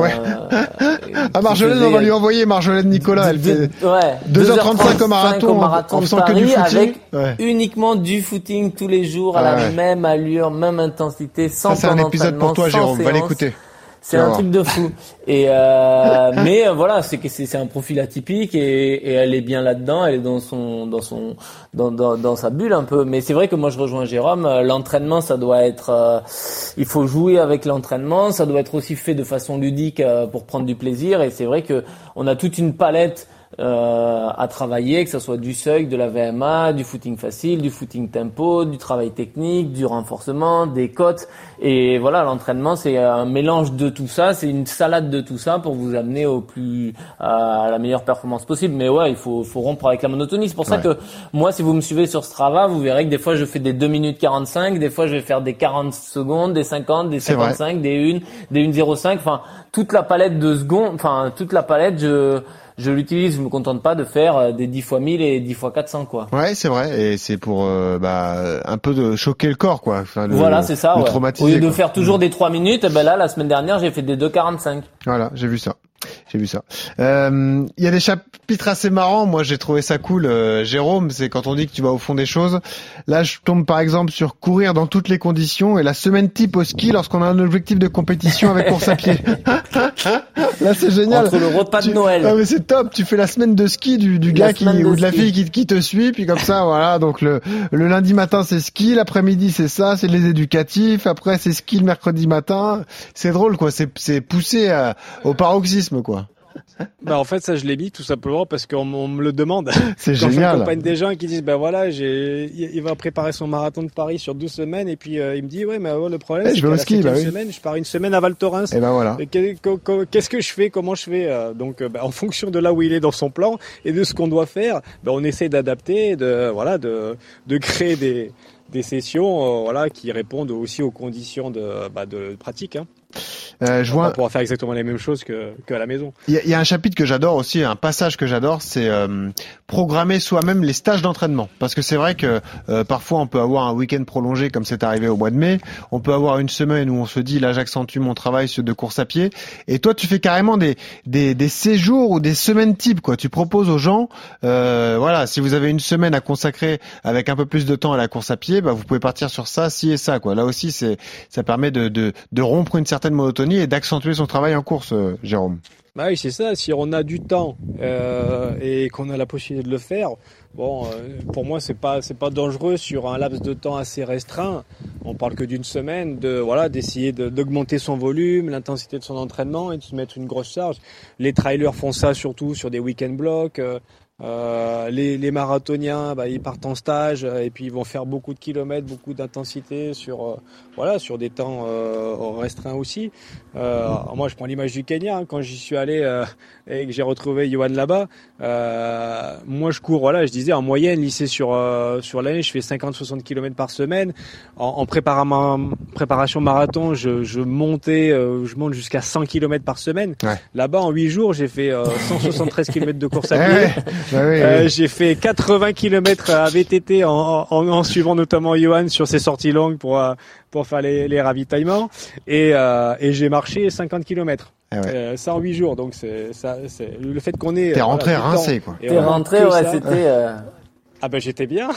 Marjolaine, on va lui envoyer Marjolaine Nicolas. Elle fait 2h35 au marathon en faisant que du footing. Avec uniquement du footing tous les jours à la même allure, même intensité, sans temps d'entraînement. C'est un épisode pour toi, Jérôme. Va l'écouter. C'est un truc de fou. Et mais c'est un profil atypique et elle est bien là-dedans, elle est dans sa bulle un peu. Mais c'est vrai que moi je rejoins Jérôme, l'entraînement ça doit être il faut jouer avec l'entraînement, ça doit être aussi fait de façon ludique pour prendre du plaisir et c'est vrai que on a toute une palette à travailler, que ce soit du seuil, de la VMA, du footing facile, du footing tempo, du travail technique, du renforcement, des côtes. Et voilà, l'entraînement, c'est un mélange de tout ça, c'est une salade de tout ça pour vous amener à la meilleure performance possible. Mais ouais, il faut rompre avec la monotonie. C'est pour ça que moi, si vous me suivez sur Strava, vous verrez que des fois, je fais des 2 minutes 45, des fois, je vais faire des 40 secondes, des 50, des 55, des 1:05. Enfin, toute la palette de secondes, je l'utilise, je me contente pas de faire des 10 x 1000 et 10 x 400 quoi. Ouais, c'est vrai et c'est pour un peu de choquer le corps quoi, c'est ça, traumatiser. Au lieu de faire toujours des 3 minutes, là la semaine dernière, j'ai fait des 2:45. Voilà, j'ai vu ça. Il y a des chapitres assez marrants. Moi, j'ai trouvé ça cool, Jérôme. C'est quand on dit que tu vas au fond des choses. Là, je tombe par exemple sur courir dans toutes les conditions et la semaine type au ski lorsqu'on a un objectif de compétition avec course à pied. Là, c'est génial. Entre le repas de Noël. Ah, mais c'est top. Tu fais la semaine de ski du gars ou de la fille qui te suit, puis comme ça, voilà. Donc le lundi matin, c'est ski. L'après-midi, c'est ça. C'est les éducatifs. Après, c'est ski le mercredi matin. C'est drôle, quoi. C'est poussé au paroxysme, quoi. En fait, ça, je l'ai mis tout simplement parce qu'on me le demande. C'est quand génial. Je accompagne des gens qui disent, il va préparer son marathon de Paris sur 12 semaines et puis il me dit, le problème, c'est je vais au ski, semaine, je pars une semaine à Val Thorens. Et voilà. Qu'est-ce que je fais? Comment je fais? Donc, en fonction de là où il est dans son plan et de ce qu'on doit faire, on essaie d'adapter, de créer des sessions, qui répondent aussi aux conditions de pratique, hein. Je On vois. va pouvoir faire exactement les mêmes choses qu'à la maison. Il y a un chapitre que j'adore aussi, un passage que j'adore, c'est programmer soi-même les stages d'entraînement. Parce que c'est vrai que parfois on peut avoir un week-end prolongé comme c'est arrivé au mois de mai. On peut avoir une semaine où on se dit là j'accentue mon travail de course à pied. Et toi tu fais carrément des séjours ou des semaines types quoi. Tu proposes aux gens, voilà, si vous avez une semaine à consacrer avec un peu plus de temps à la course à pied, bah vous pouvez partir sur ça, ci et ça quoi. Là aussi ça permet de rompre une certaine monotonie et d'accentuer son travail en course, Jérôme. Bah oui, c'est ça. Si on a du temps et qu'on a la possibilité de le faire, bon, pour moi c'est pas dangereux sur un laps de temps assez restreint. On parle que d'une semaine, d'essayer d'augmenter son volume, l'intensité de son entraînement et de se mettre une grosse charge. Les trailers font ça surtout sur des week-end blocks. Les marathoniens, ils partent en stage et puis ils vont faire beaucoup de kilomètres, beaucoup d'intensité sur des temps restreints aussi. Moi, je prends l'image du Kenya quand j'y suis allé et que j'ai retrouvé Yohan là-bas. Moi, je cours, je disais en moyenne, lycée sur l'année, je fais 50-60 kilomètres par semaine. En préparation marathon, je monte jusqu'à 100 kilomètres par semaine. Ouais. Là-bas, en 8 jours, j'ai fait 173 kilomètres de course à pied. Oui. J'ai fait 80 km à VTT en suivant notamment Yohan sur ses sorties longues pour faire les ravitaillements et j'ai marché 50 km. Ça en 8 jours, donc c'est le fait qu'on ait. T'es rentré rincé quoi. T'es rentré, c'était. Ah ben j'étais bien.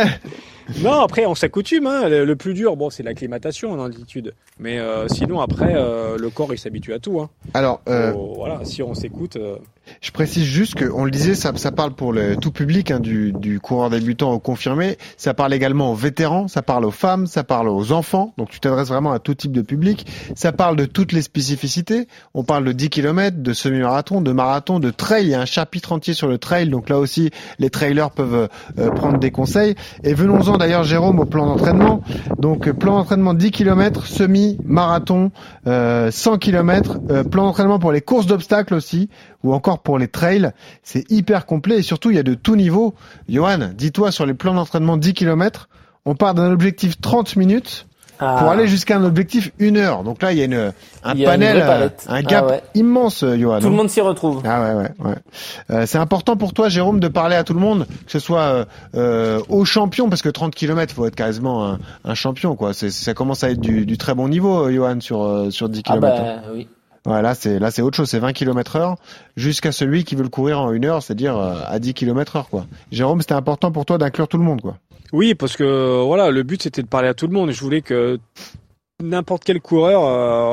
Non, après on s'accoutume. Le plus dur, c'est l'acclimatation en altitude. Mais sinon après, le corps il s'habitue à tout. Alors, si on s'écoute. Je précise juste qu'on le disait, ça parle pour le tout public du coureur débutant au confirmé. Ça parle également aux vétérans, ça parle aux femmes, ça parle aux enfants. Donc tu t'adresses vraiment à tout type de public. Ça parle de toutes les spécificités. On parle de 10 km, de semi-marathon, de marathon, de trail. Il y a un chapitre entier sur le trail. Donc là aussi, les trailers peuvent prendre des conseils. Et venons-en d'ailleurs, Jérôme, au plan d'entraînement. Donc plan d'entraînement 10 km, semi-marathon, 100 km, plan d'entraînement pour les courses d'obstacles aussi, ou encore pour les trails, c'est hyper complet et surtout il y a de tout niveau. Yohan, dis-toi sur les plans d'entraînement 10 km, on part d'un objectif 30 minutes pour aller jusqu'à un objectif 1 heure. Donc là il y a un panel, un gap immense, Yohan. Tout le monde s'y retrouve. Ouais. C'est important pour toi, Jérôme, de parler à tout le monde, que ce soit aux champions, parce que 30 km, faut être quasiment un champion, quoi. Ça commence à être du très bon niveau, Yohan, sur 10 km. Oui. Ouais, là c'est autre chose, c'est 20 km/h jusqu'à celui qui veut le courir en 1 heure, c'est-à-dire à 10 km/h quoi. Jérôme, c'était important pour toi d'inclure tout le monde quoi. Oui, parce que le but c'était de parler à tout le monde. Je voulais que n'importe quel coureur,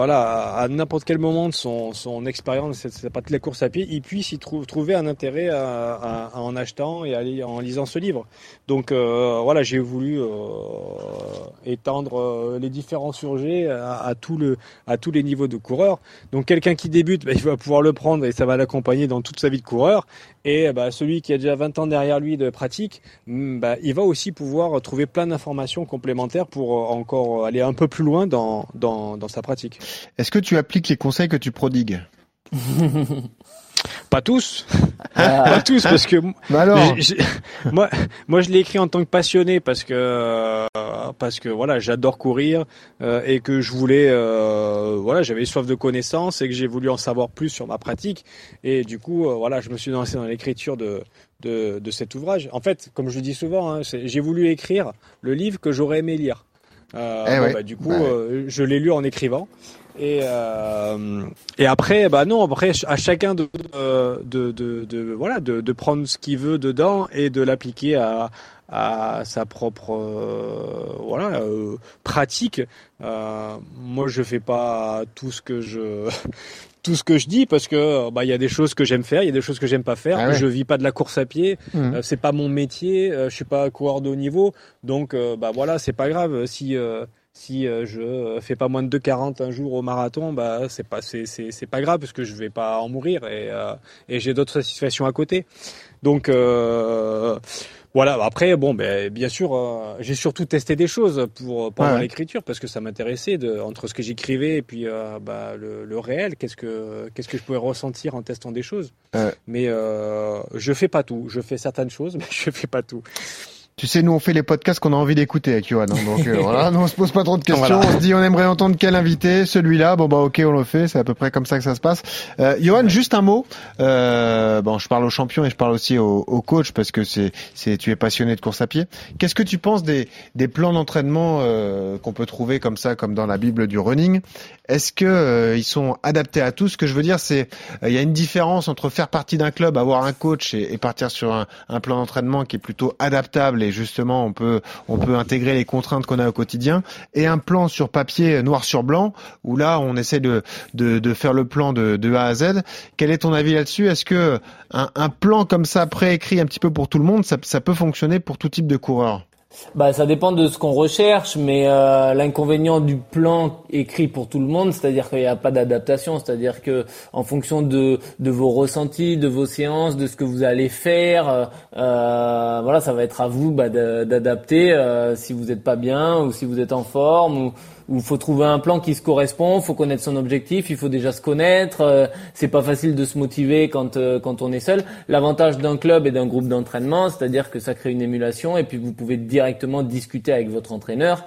à n'importe quel moment de son expérience, c'est pas de la course à pied, il puisse y trouver un intérêt en achetant et en lisant ce livre. Donc j'ai voulu étendre les différents sujets à tous les niveaux de coureurs. Donc quelqu'un qui débute, il va pouvoir le prendre et ça va l'accompagner dans toute sa vie de coureur. Et celui qui a déjà 20 ans derrière lui de pratique, il va aussi pouvoir trouver plein d'informations complémentaires pour encore aller un peu plus loin dans sa pratique. Est-ce que tu appliques les conseils que tu prodigues ? Pas tous, pas tous, parce que moi je l'ai écrit en tant que passionné parce que j'adore courir et que je voulais j'avais soif de connaissances et que j'ai voulu en savoir plus sur ma pratique et du coup je me suis lancé dans l'écriture de cet ouvrage. En fait, comme je dis souvent, j'ai voulu écrire le livre que j'aurais aimé lire. Je l'ai lu en écrivant. Et après, à chacun de prendre ce qu'il veut dedans et de l'appliquer à sa propre pratique. Moi, je fais pas tout ce que je dis parce que il y a des choses que j'aime faire, il y a des choses que j'aime pas faire. Je vis pas de la course à pied, c'est pas mon métier, je suis pas coureur de haut niveau, donc c'est pas grave si je fais pas moins de 2,40 un jour au marathon, c'est pas grave parce que je vais pas en mourir et j'ai d'autres situations à côté. Donc après bien sûr j'ai surtout testé des choses pendant l'écriture parce que ça m'intéressait entre ce que j'écrivais et puis le réel, qu'est-ce que je pouvais ressentir en testant des choses. Mais je fais pas tout, je fais certaines choses mais je fais pas tout. Tu sais, nous on fait les podcasts qu'on a envie d'écouter avec Johan, hein, donc voilà, nous on se pose pas trop de questions, on se dit on aimerait entendre quel invité, celui-là, bon bah ok on le fait, c'est à peu près comme ça que ça se passe. Johan, juste un mot, je parle aux champions et je parle aussi aux coachs parce que tu es passionné de course à pied. Qu'est-ce que tu penses des plans d'entraînement qu'on peut trouver comme ça, comme dans la Bible du running? Est-ce que ils sont adaptés à tous? Ce que je veux dire, c'est il y a une différence entre faire partie d'un club, avoir un coach et partir sur un plan d'entraînement qui est plutôt adaptable et justement on peut intégrer les contraintes qu'on a au quotidien, et un plan sur papier noir sur blanc où là on essaie de faire le plan de A à Z. Quel est ton avis là-dessus? Est-ce que un plan comme ça préécrit un petit peu pour tout le monde, ça peut fonctionner pour tout type de coureur? Ça dépend de ce qu'on recherche, mais l'inconvénient du plan écrit pour tout le monde, c'est-à-dire qu'il n'y a pas d'adaptation, c'est-à-dire que en fonction de vos ressentis, de vos séances, de ce que vous allez faire, ça va être à vous d'adapter si vous n'êtes pas bien ou si vous êtes en forme où faut trouver un plan qui se correspond, faut connaître son objectif, il faut déjà se connaître, c'est pas facile de se motiver quand on est seul. L'avantage d'un club et d'un groupe d'entraînement, c'est-à-dire que ça crée une émulation et puis vous pouvez directement discuter avec votre entraîneur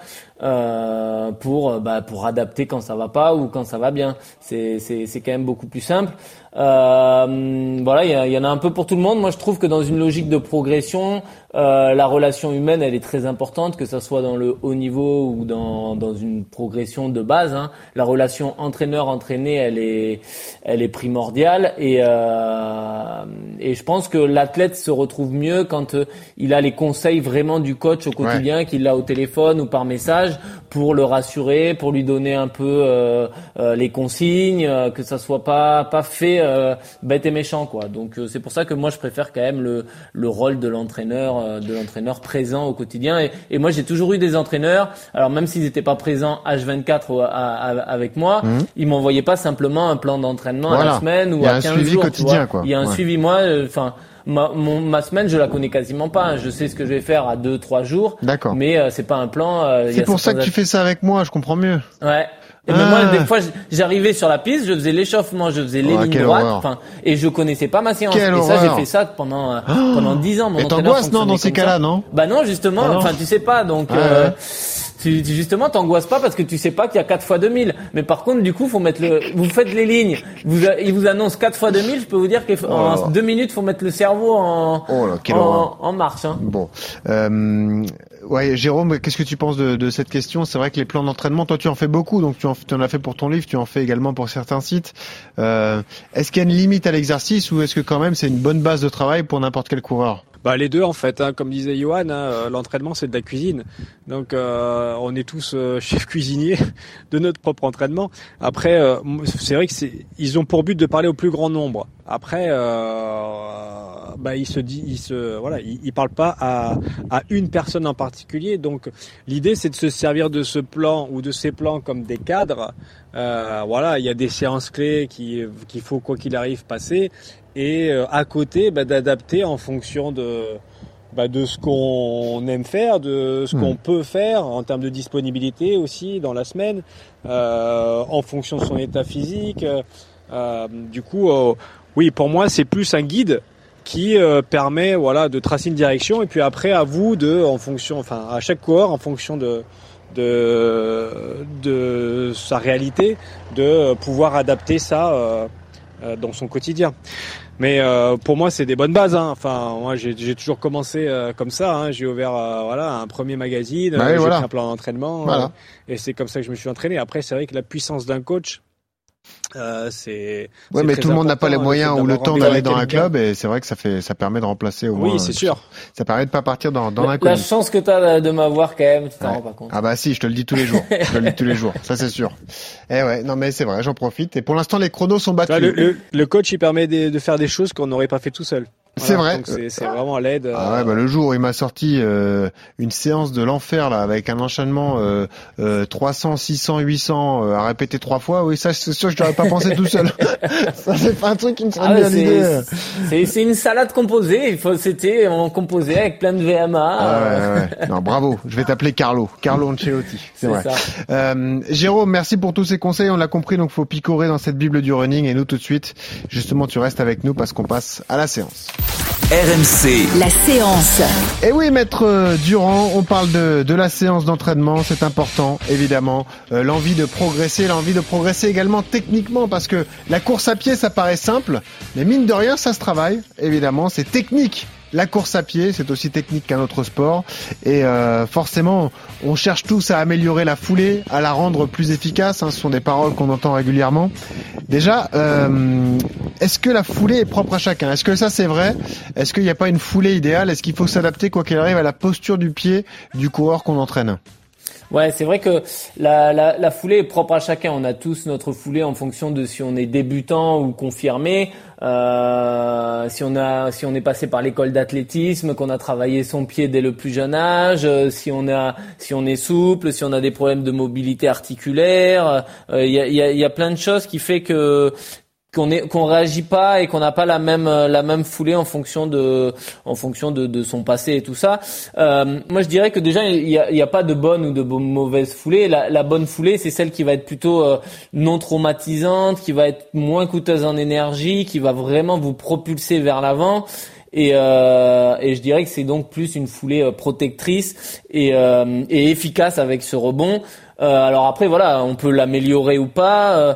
pour adapter quand ça va pas ou quand ça va bien. C'est quand même beaucoup plus simple. Il y en a un peu pour tout le monde. Moi, je trouve que dans une logique de progression, la relation humaine, elle est très importante, que ça soit dans le haut niveau ou dans une progression de base. Hein. La relation entraîneur-entraîné, elle est primordiale et je pense que l'athlète se retrouve mieux quand il a les conseils vraiment du coach au quotidien, qu'il a au téléphone ou par message pour le rassurer, pour lui donner un peu les consignes, que ça soit pas fait bête et méchant quoi. Donc c'est pour ça que moi je préfère quand même le rôle de l'entraîneur présent au quotidien et moi j'ai toujours eu des entraîneurs, alors même s'ils n'étaient pas présents H24 avec moi, ils m'envoyaient pas simplement un plan d'entraînement à la semaine ou à 15 jours. Il y a un suivi quotidien quoi. Il y a un suivi, moi ma semaine je la connais quasiment pas, hein. Je sais ce que je vais faire à 2-3 jours. D'accord. Mais c'est pas un plan. C'est pour ça que tu fais ça avec moi, je comprends mieux. Ouais. Et même moi, des fois, j'arrivais sur la piste, je faisais l'échauffement, je faisais les lignes droites, et je connaissais pas ma séance. Et ça, j'ai fait ça pendant 10 ans. Et t'angoisses, non, dans ces cas-là, non? Bah non, justement, tu sais pas, donc, justement, t'angoisses pas parce que tu sais pas qu'il y a 4 fois 2000. Mais par contre, du coup, vous faites les lignes. Il vous annonce 4 fois 2000, je peux vous dire qu'en 2 minutes, faut mettre le cerveau en marche, hein. Bon. Ouais, Jérôme, qu'est-ce que tu penses de cette question? C'est vrai que les plans d'entraînement, toi tu en fais beaucoup, donc tu en as fait pour ton livre, tu en fais également pour certains sites. Est-ce qu'il y a une limite à l'exercice ou est-ce que quand même c'est une bonne base de travail pour n'importe quel coureur? Les deux en fait, hein. Comme disait Johan, l'entraînement c'est de la cuisine. Donc on est tous chefs cuisiniers de notre propre entraînement. Après, c'est vrai que ils ont pour but de parler au plus grand nombre. Après, ils parlent pas à une personne en particulier. Donc l'idée c'est de se servir de ce plan ou de ces plans comme des cadres. Il y a des séances clés qu'il faut quoi qu'il arrive passer. Et à côté d'adapter en fonction de ce qu'on aime faire, de ce qu'on peut faire en termes de disponibilité aussi dans la semaine, en fonction de son état physique. Oui, pour moi c'est plus un guide qui permet de tracer une direction et puis après à vous à chaque coureur en fonction de sa réalité de pouvoir adapter ça dans son quotidien. Mais pour moi c'est des bonnes bases, hein. Enfin moi j'ai toujours commencé comme ça, hein. J'ai ouvert un premier magazine, j'ai fait un plan d'entraînement et c'est comme ça que je me suis entraîné. Après c'est vrai que la puissance d'un coach c'est mais tout le monde n'a pas les moyens ou le temps d'aller dans un club et c'est vrai que ça permet de remplacer au moins. Oui, c'est sûr. Ça permet de pas partir dans l'inconnu. La chance que t'as de m'avoir quand même, tu t'en rends pas compte. Ah bah si, je te le dis tous les jours. Ça c'est sûr. Non mais c'est vrai, j'en profite et pour l'instant les chronos sont battus. Le coach il permet de faire des choses qu'on n'aurait pas fait tout seul. C'est vrai. Donc c'est vraiment à l'aide. Le jour où il m'a sorti une séance de l'enfer là avec un enchaînement 300, 600, 800 à répéter 3 fois, oui ça c'est sûr que je n'aurais pas pensé tout seul. Ça c'est pas un truc qui me serait bien l'idée. C'est une salade composée, on composait avec plein de VMA. Non, bravo, je vais t'appeler Carlo Ancelotti. C'est vrai. Ça. Jérôme, merci pour tous ces conseils, on l'a compris, donc faut picorer dans cette Bible du running et nous tout de suite, justement tu restes avec nous parce qu'on passe à la séance. RMC, la séance. Et oui, maître Durand, on parle de la séance d'entraînement, c'est important, évidemment. L'envie de progresser également techniquement, parce que la course à pied, ça paraît simple, mais mine de rien, ça se travaille, évidemment, c'est technique. La course à pied, c'est aussi technique qu'un autre sport. Et forcément, on cherche tous à améliorer la foulée, à la rendre plus efficace. Ce sont des paroles qu'on entend régulièrement. Déjà, est-ce que la foulée est propre à chacun ? Est-ce que ça, c'est vrai ? Est-ce qu'il n'y a pas une foulée idéale ? Est-ce qu'il faut s'adapter, quoi qu'il arrive, à la posture du pied du coureur qu'on entraîne ? Ouais, c'est vrai que la foulée est propre à chacun. On a tous notre foulée en fonction de si on est débutant ou confirmé. Si on est passé par l'école d'athlétisme, qu'on a travaillé son pied dès le plus jeune âge, si on est souple, si on a des problèmes de mobilité articulaire, il y a plein de choses qui fait qu'on réagit pas et qu'on n'a pas la même foulée en fonction de son passé et tout ça. Moi je dirais que déjà il y a pas de bonne ou de mauvaise foulée. La bonne foulée, c'est celle qui va être plutôt non traumatisante, qui va être moins coûteuse en énergie, qui va vraiment vous propulser vers l'avant. Et je dirais que c'est donc plus une foulée protectrice et efficace avec ce rebond. Alors après voilà, on peut l'améliorer ou pas.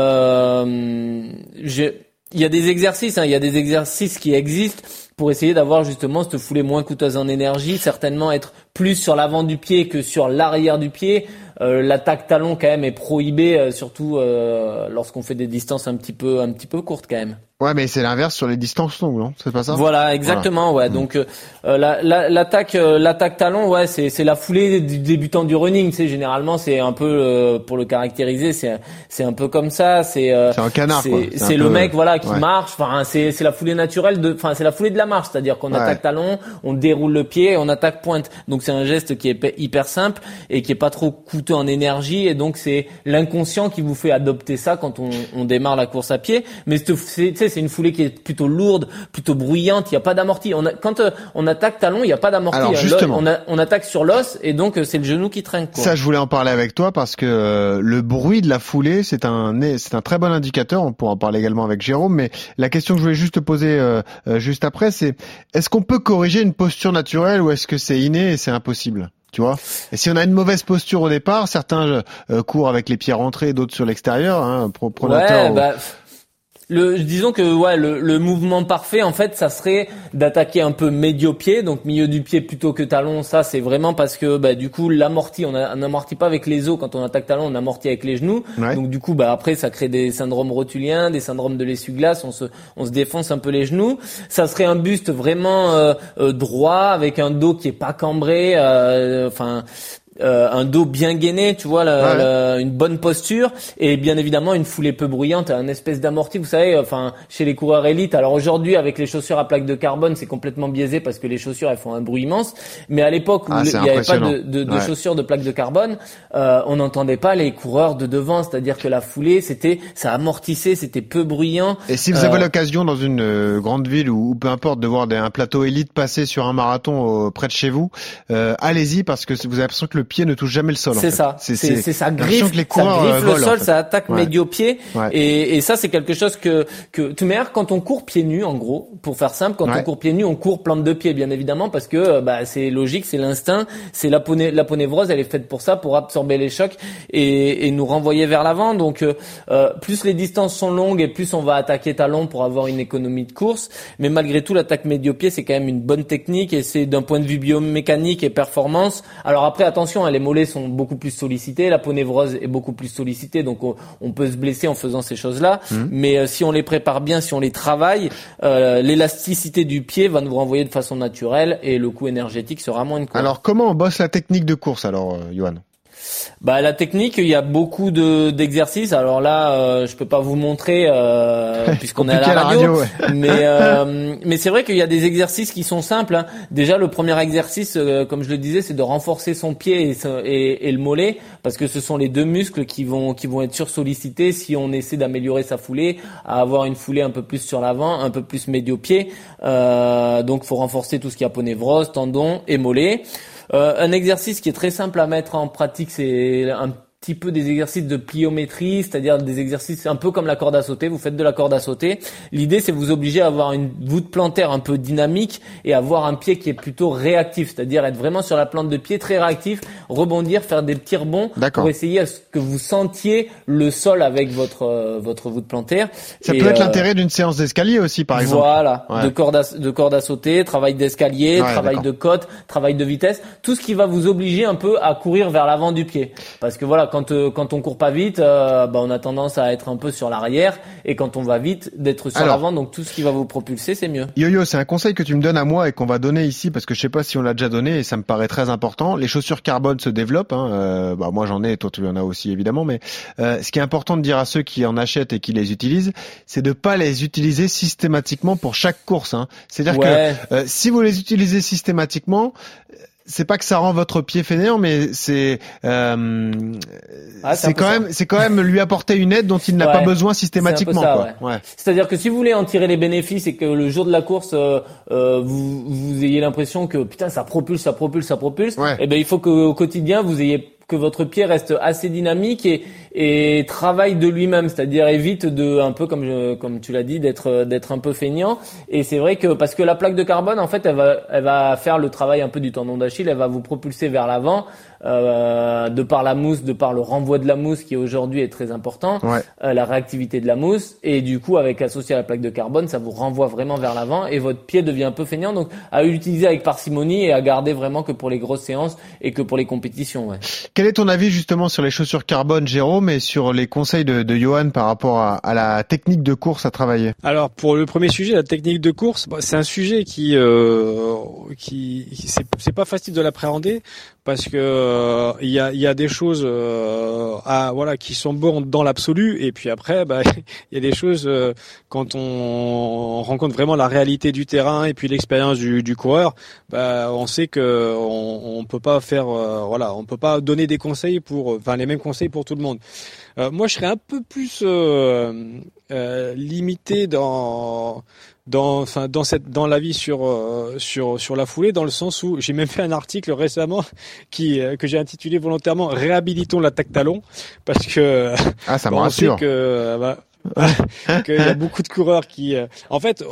Il y a des exercices qui existent pour essayer d'avoir justement cette foulée moins coûteuse en énergie, certainement être plus sur l'avant du pied que sur l'arrière du pied. L'attaque talon quand même est prohibée, surtout lorsqu'on fait des distances un petit peu courtes quand même. Ouais, mais c'est l'inverse sur les distances longues, non ? C'est pas ça ? Voilà, exactement, ouais. Donc l'attaque talon, ouais, c'est la foulée du débutant du running. Tu sais, généralement, c'est un peu pour le caractériser, c'est un peu comme ça. C'est un canard, quoi. C'est le mec, voilà, qui marche. Enfin, c'est la foulée naturelle c'est la foulée de la marche, c'est-à-dire qu'on attaque talon, on déroule le pied, et on attaque pointe. Donc c'est un geste qui est hyper simple et qui est pas trop coûteux en énergie. Et donc c'est l'inconscient qui vous fait adopter ça quand on démarre la course à pied. Mais c'est une foulée qui est plutôt lourde, plutôt bruyante. Il y a pas d'amorti. Quand on attaque talon, il y a pas d'amorti. Alors justement, on attaque sur l'os et donc c'est le genou qui trinque, quoi. Ça, je voulais en parler avec toi parce que le bruit de la foulée, c'est un très bon indicateur. On pourra en parler également avec Jérôme. Mais la question que je voulais juste te poser juste après, c'est est-ce qu'on peut corriger une posture naturelle ou est-ce que c'est inné et c'est impossible ? Tu vois ? Et si on a une mauvaise posture au départ, certains courent avec les pieds rentrés, d'autres sur l'extérieur, pronateur. Ouais, disons que le mouvement parfait en fait ça serait d'attaquer un peu médio-pied, donc milieu du pied plutôt que talon. Ça c'est vraiment parce que du coup l'amorti, on n'amortit pas avec les os quand on attaque talon, on amortit avec les genoux. Ouais. Donc du coup après ça crée des syndromes rotuliens, des syndromes de l'essuie-glace, on se défonce un peu les genoux. Ça serait un buste vraiment droit avec un dos qui est pas cambré, un dos bien gainé, tu vois, une bonne posture et bien évidemment une foulée peu bruyante, un espèce d'amorti, vous savez, chez les coureurs élites. Alors aujourd'hui avec les chaussures à plaque de carbone, c'est complètement biaisé parce que les chaussures elles font un bruit immense. Mais à l'époque où il n'y avait pas de chaussures de plaque de carbone, on n'entendait pas les coureurs de devant, c'est-à-dire que la foulée ça amortissait, c'était peu bruyant. Et si vous avez l'occasion dans une grande ville ou peu importe de voir un plateau élite passer sur un marathon près de chez vous, allez-y parce que vous avez l'impression que le pied ne touche jamais le sol. C'est ça. C'est ça griffe, le sol, en fait. Ça attaque médio-pied. Ouais. Et ça, c'est quelque chose que tu mets quand on court pieds nus, en gros, pour faire simple, quand on court pieds nus, on court plante de pied, bien évidemment, parce que, c'est logique, c'est l'instinct, c'est l'aponévrose, elle est faite pour ça, pour absorber les chocs et nous renvoyer vers l'avant. Donc, plus les distances sont longues et plus on va attaquer talon pour avoir une économie de course. Mais malgré tout, l'attaque médio-pied, c'est quand même une bonne technique et c'est d'un point de vue biomécanique et performance. Alors après, attention, les mollets sont beaucoup plus sollicités, l'aponévrose est beaucoup plus sollicitée, donc on peut se blesser en faisant ces choses-là. Mais si on les prépare bien, si on les travaille, l'élasticité du pied va nous renvoyer de façon naturelle et le coût énergétique sera moindre. Alors comment on bosse la technique de course alors, Johan ? La technique, il y a beaucoup d'exercices. Alors là, je peux pas vous montrer puisqu'on est à la radio. Mais c'est vrai qu'il y a des exercices qui sont simples. Hein. Déjà, le premier exercice, comme je le disais, c'est de renforcer son pied et le mollet, parce que ce sont les deux muscles qui vont être sursollicités si on essaie d'améliorer sa foulée, à avoir une foulée un peu plus sur l'avant, un peu plus médio-pied. Donc, faut renforcer tout ce qui est aponévrose, tendon et mollet. Un exercice qui est très simple à mettre en pratique, c'est un petit peu des exercices de pliométrie, c'est-à-dire des exercices un peu comme la corde à sauter. Vous faites de la corde à sauter. L'idée, c'est vous obliger à avoir une voûte plantaire un peu dynamique et avoir un pied qui est plutôt réactif, c'est-à-dire être vraiment sur la plante de pied très réactif, rebondir, faire des petits rebonds pour essayer à ce que vous sentiez le sol avec votre voûte plantaire. Ça peut être l'intérêt d'une séance d'escalier aussi, par exemple. Voilà, de corde à sauter, travail d'escalier, travail de côte, travail de vitesse, tout ce qui va vous obliger un peu à courir vers l'avant du pied. Parce que voilà, quand on court pas vite, on a tendance à être un peu sur l'arrière, et quand on va vite, d'être sur l'avant. Donc tout ce qui va vous propulser, c'est mieux. Yo-Yo, c'est un conseil que tu me donnes à moi et qu'on va donner ici, parce que je sais pas si on l'a déjà donné et ça me paraît très important. Les chaussures carbone se développent. Moi j'en ai, toi tu en as aussi évidemment, mais ce qui est important de dire à ceux qui en achètent et qui les utilisent, c'est de pas les utiliser systématiquement pour chaque course. C'est-à-dire que si vous les utilisez systématiquement, c'est pas que ça rend votre pied fainéant, mais c'est quand même lui apporter une aide dont il n'a pas besoin systématiquement. C'est-à-dire que si vous voulez en tirer les bénéfices et que le jour de la course vous ayez l'impression que putain ça propulse, et ben il faut qu'au quotidien vous ayez que votre pied reste assez dynamique et travaille de lui-même, c'est-à-dire évite de un peu comme tu l'as dit d'être un peu feignant. Et c'est vrai que parce que la plaque de carbone en fait elle va faire le travail un peu du tendon d'Achille, elle va vous propulser vers l'avant de par la mousse, de par le renvoi de la mousse qui aujourd'hui est très important, la réactivité de la mousse, et du coup avec associé à la plaque de carbone ça vous renvoie vraiment vers l'avant et votre pied devient un peu feignant, donc à utiliser avec parcimonie et à garder vraiment que pour les grosses séances et que pour les compétitions. Quel est ton avis justement sur les chaussures carbone, Jérôme, et sur les conseils de Johan par rapport à la technique de course à travailler? Alors pour le premier sujet, la technique de course, c'est un sujet qui c'est pas facile de l'appréhender parce que il y a des choses qui sont bonnes dans l'absolu, et puis après il y a des choses quand on rencontre vraiment la réalité du terrain et puis l'expérience du coureur, on sait que on peut pas faire on peut pas donner des conseils les mêmes conseils pour tout le monde. Moi je serais un peu plus limité dans l'avis sur la foulée, dans le sens où j'ai même fait un article récemment que j'ai intitulé volontairement réhabilitons l'attaque talon, parce que ça me rassure. On sait que qu'il y a beaucoup de coureurs qui en fait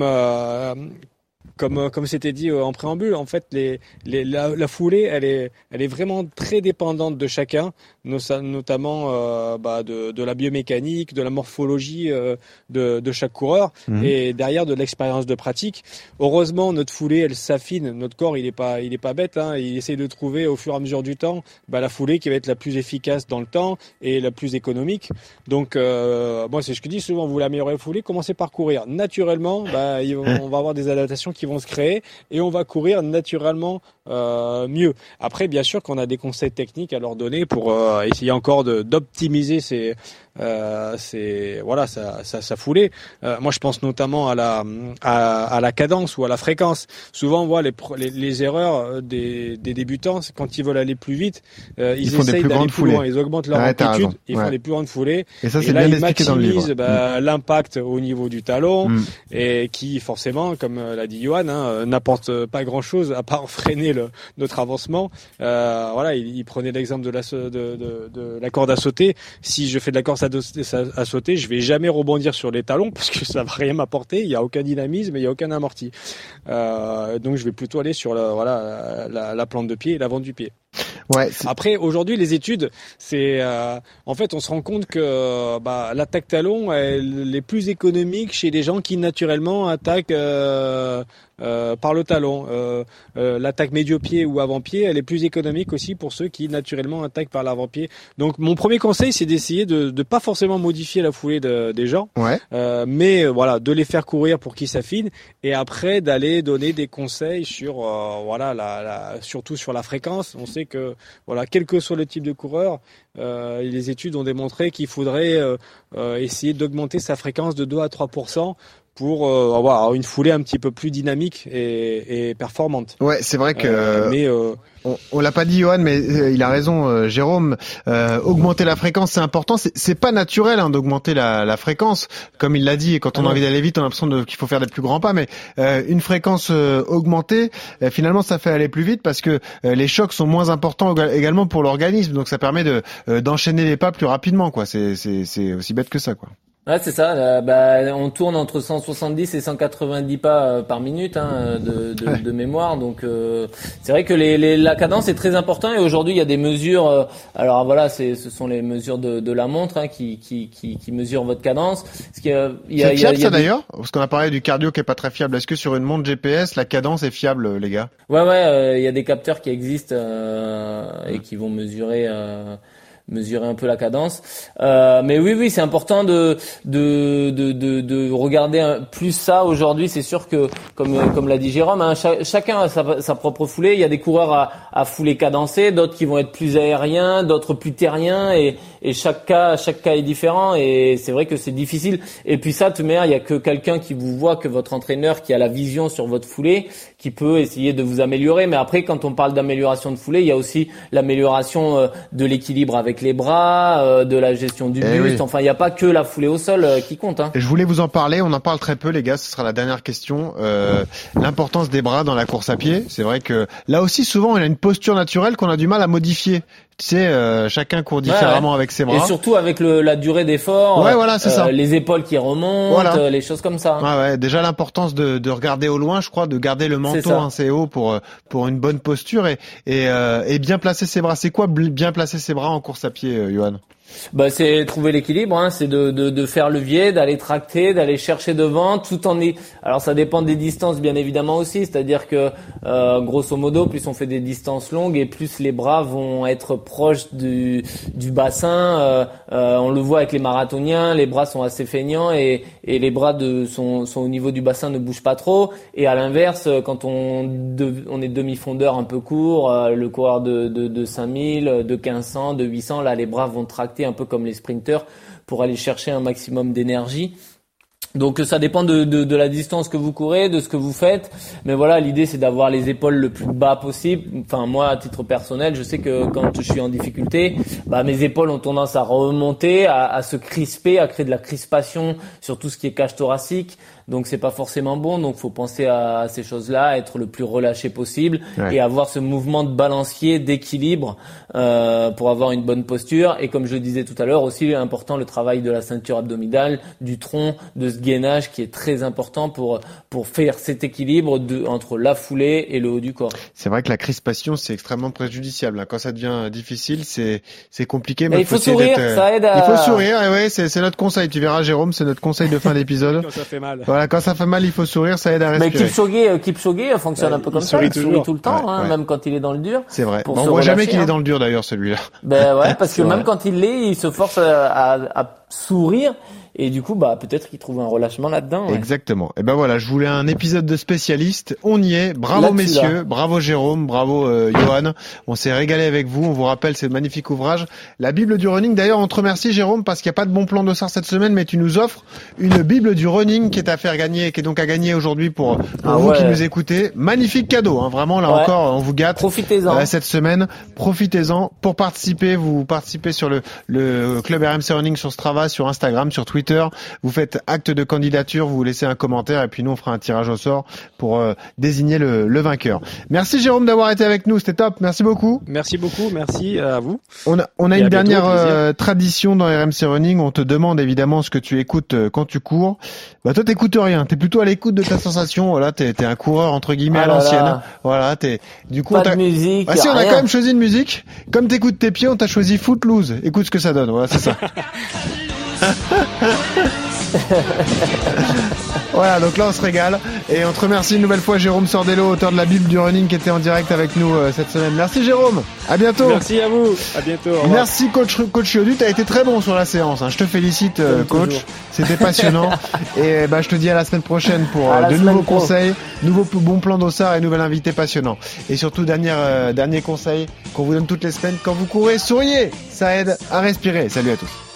comme c'était dit en préambule, en fait, la foulée, elle est vraiment très dépendante de chacun, notamment de la biomécanique, de la morphologie de chaque coureur, et derrière de l'expérience de pratique. Heureusement, notre foulée, elle s'affine. Notre corps, il est pas bête, il essaie de trouver au fur et à mesure du temps la foulée qui va être la plus efficace dans le temps et la plus économique. Donc, moi, c'est ce que je dis souvent, vous voulez améliorer la foulée, commencez par courir. Naturellement, on va avoir des adaptations qui vont se créer et on va courir naturellement mieux. Après, bien sûr qu'on a des conseils techniques à leur donner pour essayer encore d'optimiser sa foulée. Moi, je pense notamment à la cadence ou à la fréquence. Souvent, on voit les erreurs des débutants, c'est quand ils veulent aller plus vite, ils essayent d'aller plus loin, ils augmentent leur amplitude, ils font des plus grandes foulées. Et ça, c'est là, bien ils expliqué dans le livre. maximisent l'impact au niveau du talon, et qui forcément, comme l'a dit Johan, n'apporte pas grand-chose à part freiner notre avancement. Il prenait l'exemple de la corde à sauter. Si je fais de la corde à sauter, je vais jamais rebondir sur les talons parce que ça va rien m'apporter. Il y a aucun dynamisme, il y a aucun amorti. Donc je vais plutôt aller sur la plante de pied et l'avant du pied. Après, aujourd'hui, les études, c'est en fait, on se rend compte que l'attaque talon, elle est plus économique chez les gens qui naturellement attaquent par le talon. L'attaque médio-pied ou avant-pied, elle est plus économique aussi pour ceux qui naturellement attaquent par l'avant-pied. Donc, mon premier conseil, c'est d'essayer de pas forcément modifier la foulée des gens, mais de les faire courir pour qu'ils s'affinent, et après d'aller donner des conseils sur surtout sur la fréquence. On sait que quel que soit le type de coureur, les études ont démontré qu'il faudrait essayer d'augmenter sa fréquence de 2 à 3% pour avoir une foulée un petit peu plus dynamique et performante. Ouais, c'est vrai que on l'a pas dit Johan, mais il a raison Jérôme. Augmenter la fréquence, c'est important. C'est pas naturel d'augmenter la fréquence, comme il l'a dit. Quand on a envie d'aller vite, on a l'impression qu'il faut faire des plus grands pas. Mais une fréquence augmentée, finalement, ça fait aller plus vite parce que les chocs sont moins importants également pour l'organisme. Donc ça permet d'enchaîner les pas plus rapidement, quoi. C'est aussi bête que ça, quoi. Ouais, c'est ça. On tourne entre 170 et 190 pas par minute de mémoire. Donc c'est vrai que la cadence est très importante. Et aujourd'hui, il y a des mesures. Alors voilà, ce sont les mesures de la montre qui mesurent votre cadence. C'est fiable ça d'ailleurs, parce qu'on a parlé du cardio qui est pas très fiable. Est-ce que sur une montre GPS, la cadence est fiable, les gars? Ouais. Il y a des capteurs qui existent et qui vont mesurer un peu la cadence, mais oui, c'est important de regarder plus ça aujourd'hui. C'est sûr que comme l'a dit Jérôme, chacun a sa propre foulée. Il y a des coureurs à foulée cadencée, d'autres qui vont être plus aériens, d'autres plus terriens, et chaque cas est différent. Et c'est vrai que c'est difficile. Et puis ça, de toute manière, il y a que quelqu'un qui vous voit, que votre entraîneur, qui a la vision sur votre foulée, qui peut essayer de vous améliorer. Mais après, quand on parle d'amélioration de foulée, il y a aussi l'amélioration de l'équilibre avec les bras, de la gestion du buste. Oui. Enfin, il n'y a pas que la foulée au sol qui compte. Et je voulais vous en parler. On en parle très peu, les gars. Ce sera la dernière question. L'importance des bras dans la course à pied. C'est vrai que là aussi, souvent, il y a une posture naturelle qu'on a du mal à modifier. Tu sais, chacun court différemment avec ses bras. Et surtout avec la durée d'effort. Ouais, voilà, c'est ça. Les épaules qui remontent, les choses comme ça. Ouais. Déjà l'importance de regarder au loin, je crois, de garder le menton assez haut pour une bonne posture et bien placer ses bras. C'est quoi bien placer ses bras en course à pied, Johan? C'est trouver l'équilibre, c'est de faire levier, d'aller tracter, d'aller chercher devant, alors ça dépend des distances bien évidemment aussi, c'est-à-dire que grosso modo, plus on fait des distances longues et plus les bras vont être proches du bassin. On le voit avec les marathoniens, les bras sont assez feignants et les bras sont au niveau du bassin, ne bougent pas trop. Et à l'inverse, quand on est demi-fondeur un peu court, le coureur de 5000, de 1500, de 800, là les bras vont tracter un peu comme les sprinteurs pour aller chercher un maximum d'énergie. Donc ça dépend de la distance que vous courez, de ce que vous faites, mais voilà, l'idée c'est d'avoir les épaules le plus bas possible. Enfin moi, à titre personnel, je sais que quand je suis en difficulté, mes épaules ont tendance à remonter, à se crisper, à créer de la crispation sur tout ce qui est cage thoracique. Donc c'est pas forcément bon, donc faut penser à ces choses-là, être le plus relâché possible et avoir ce mouvement de balancier, d'équilibre pour avoir une bonne posture. Et comme je le disais tout à l'heure, aussi important le travail de la ceinture abdominale, du tronc, de ce gainage qui est très important pour faire cet équilibre entre la foulée et le haut du corps. C'est vrai que la crispation c'est extrêmement préjudiciable. Quand ça devient difficile, c'est compliqué. Mais il faut sourire, ça aide à... Il faut sourire, et c'est notre conseil. Tu verras, Jérôme, c'est notre conseil de fin d'épisode. Quand ça fait mal. Voilà, quand ça fait mal, il faut sourire, ça aide à respirer. Mais Kipchoge fonctionne un peu comme ça. Il sourit tout le temps, même quand il est dans le dur. C'est vrai. On voit jamais qu'il est dans le dur d'ailleurs, celui-là. Parce que même quand il l'est, il se force à sourire. Et du coup, peut-être qu'il trouve un relâchement là-dedans. Ouais. Exactement. Et voilà, je voulais un épisode de spécialiste. On y est. Bravo messieurs, bravo Jérôme, bravo Johan. On s'est régalé avec vous. On vous rappelle ce magnifique ouvrage, La Bible du running. D'ailleurs, on te remercie Jérôme parce qu'il n'y a pas de bon plan d'Ossard cette semaine, mais tu nous offres une Bible du running qui est à faire gagner, qui est donc à gagner aujourd'hui pour vous qui nous écoutez. Magnifique cadeau, vraiment là encore, on vous gâte. Profitez-en. Cette semaine, profitez-en. Pour participer, vous participez sur le club RMC Running sur Strava, sur Instagram, sur Twitter. Vous faites acte de candidature, vous laissez un commentaire et puis nous on fera un tirage au sort pour désigner le vainqueur. Merci Jérôme d'avoir été avec nous, c'était top, merci beaucoup. Merci beaucoup, merci à vous. On a une dernière tradition dans RMC Running, on te demande évidemment ce que tu écoutes quand tu cours. Toi t'écoutes rien, t'es plutôt à l'écoute de ta sensation, voilà, t'es un coureur entre guillemets à l'ancienne. Voilà, du coup pas de musique. Si, on a quand même choisi une musique. Comme t'écoutes tes pieds, on t'a choisi Footloose. Écoute ce que ça donne, voilà, c'est ça. Voilà, donc là on se régale et on te remercie une nouvelle fois Jérôme Sordello, auteur de la Bible du running, qui était en direct avec nous cette semaine. Merci Jérôme, à bientôt. Merci à vous, à bientôt. Merci coach Yodu, t'as été très bon sur la séance, je te félicite coach, c'était passionnant et je te dis à la semaine prochaine pour de nouveaux conseils, nouveaux bons plans d'Ossard et nouvel invité passionnant. Et surtout dernier conseil qu'on vous donne toutes les semaines, quand vous courez, souriez, ça aide à respirer. Salut à tous.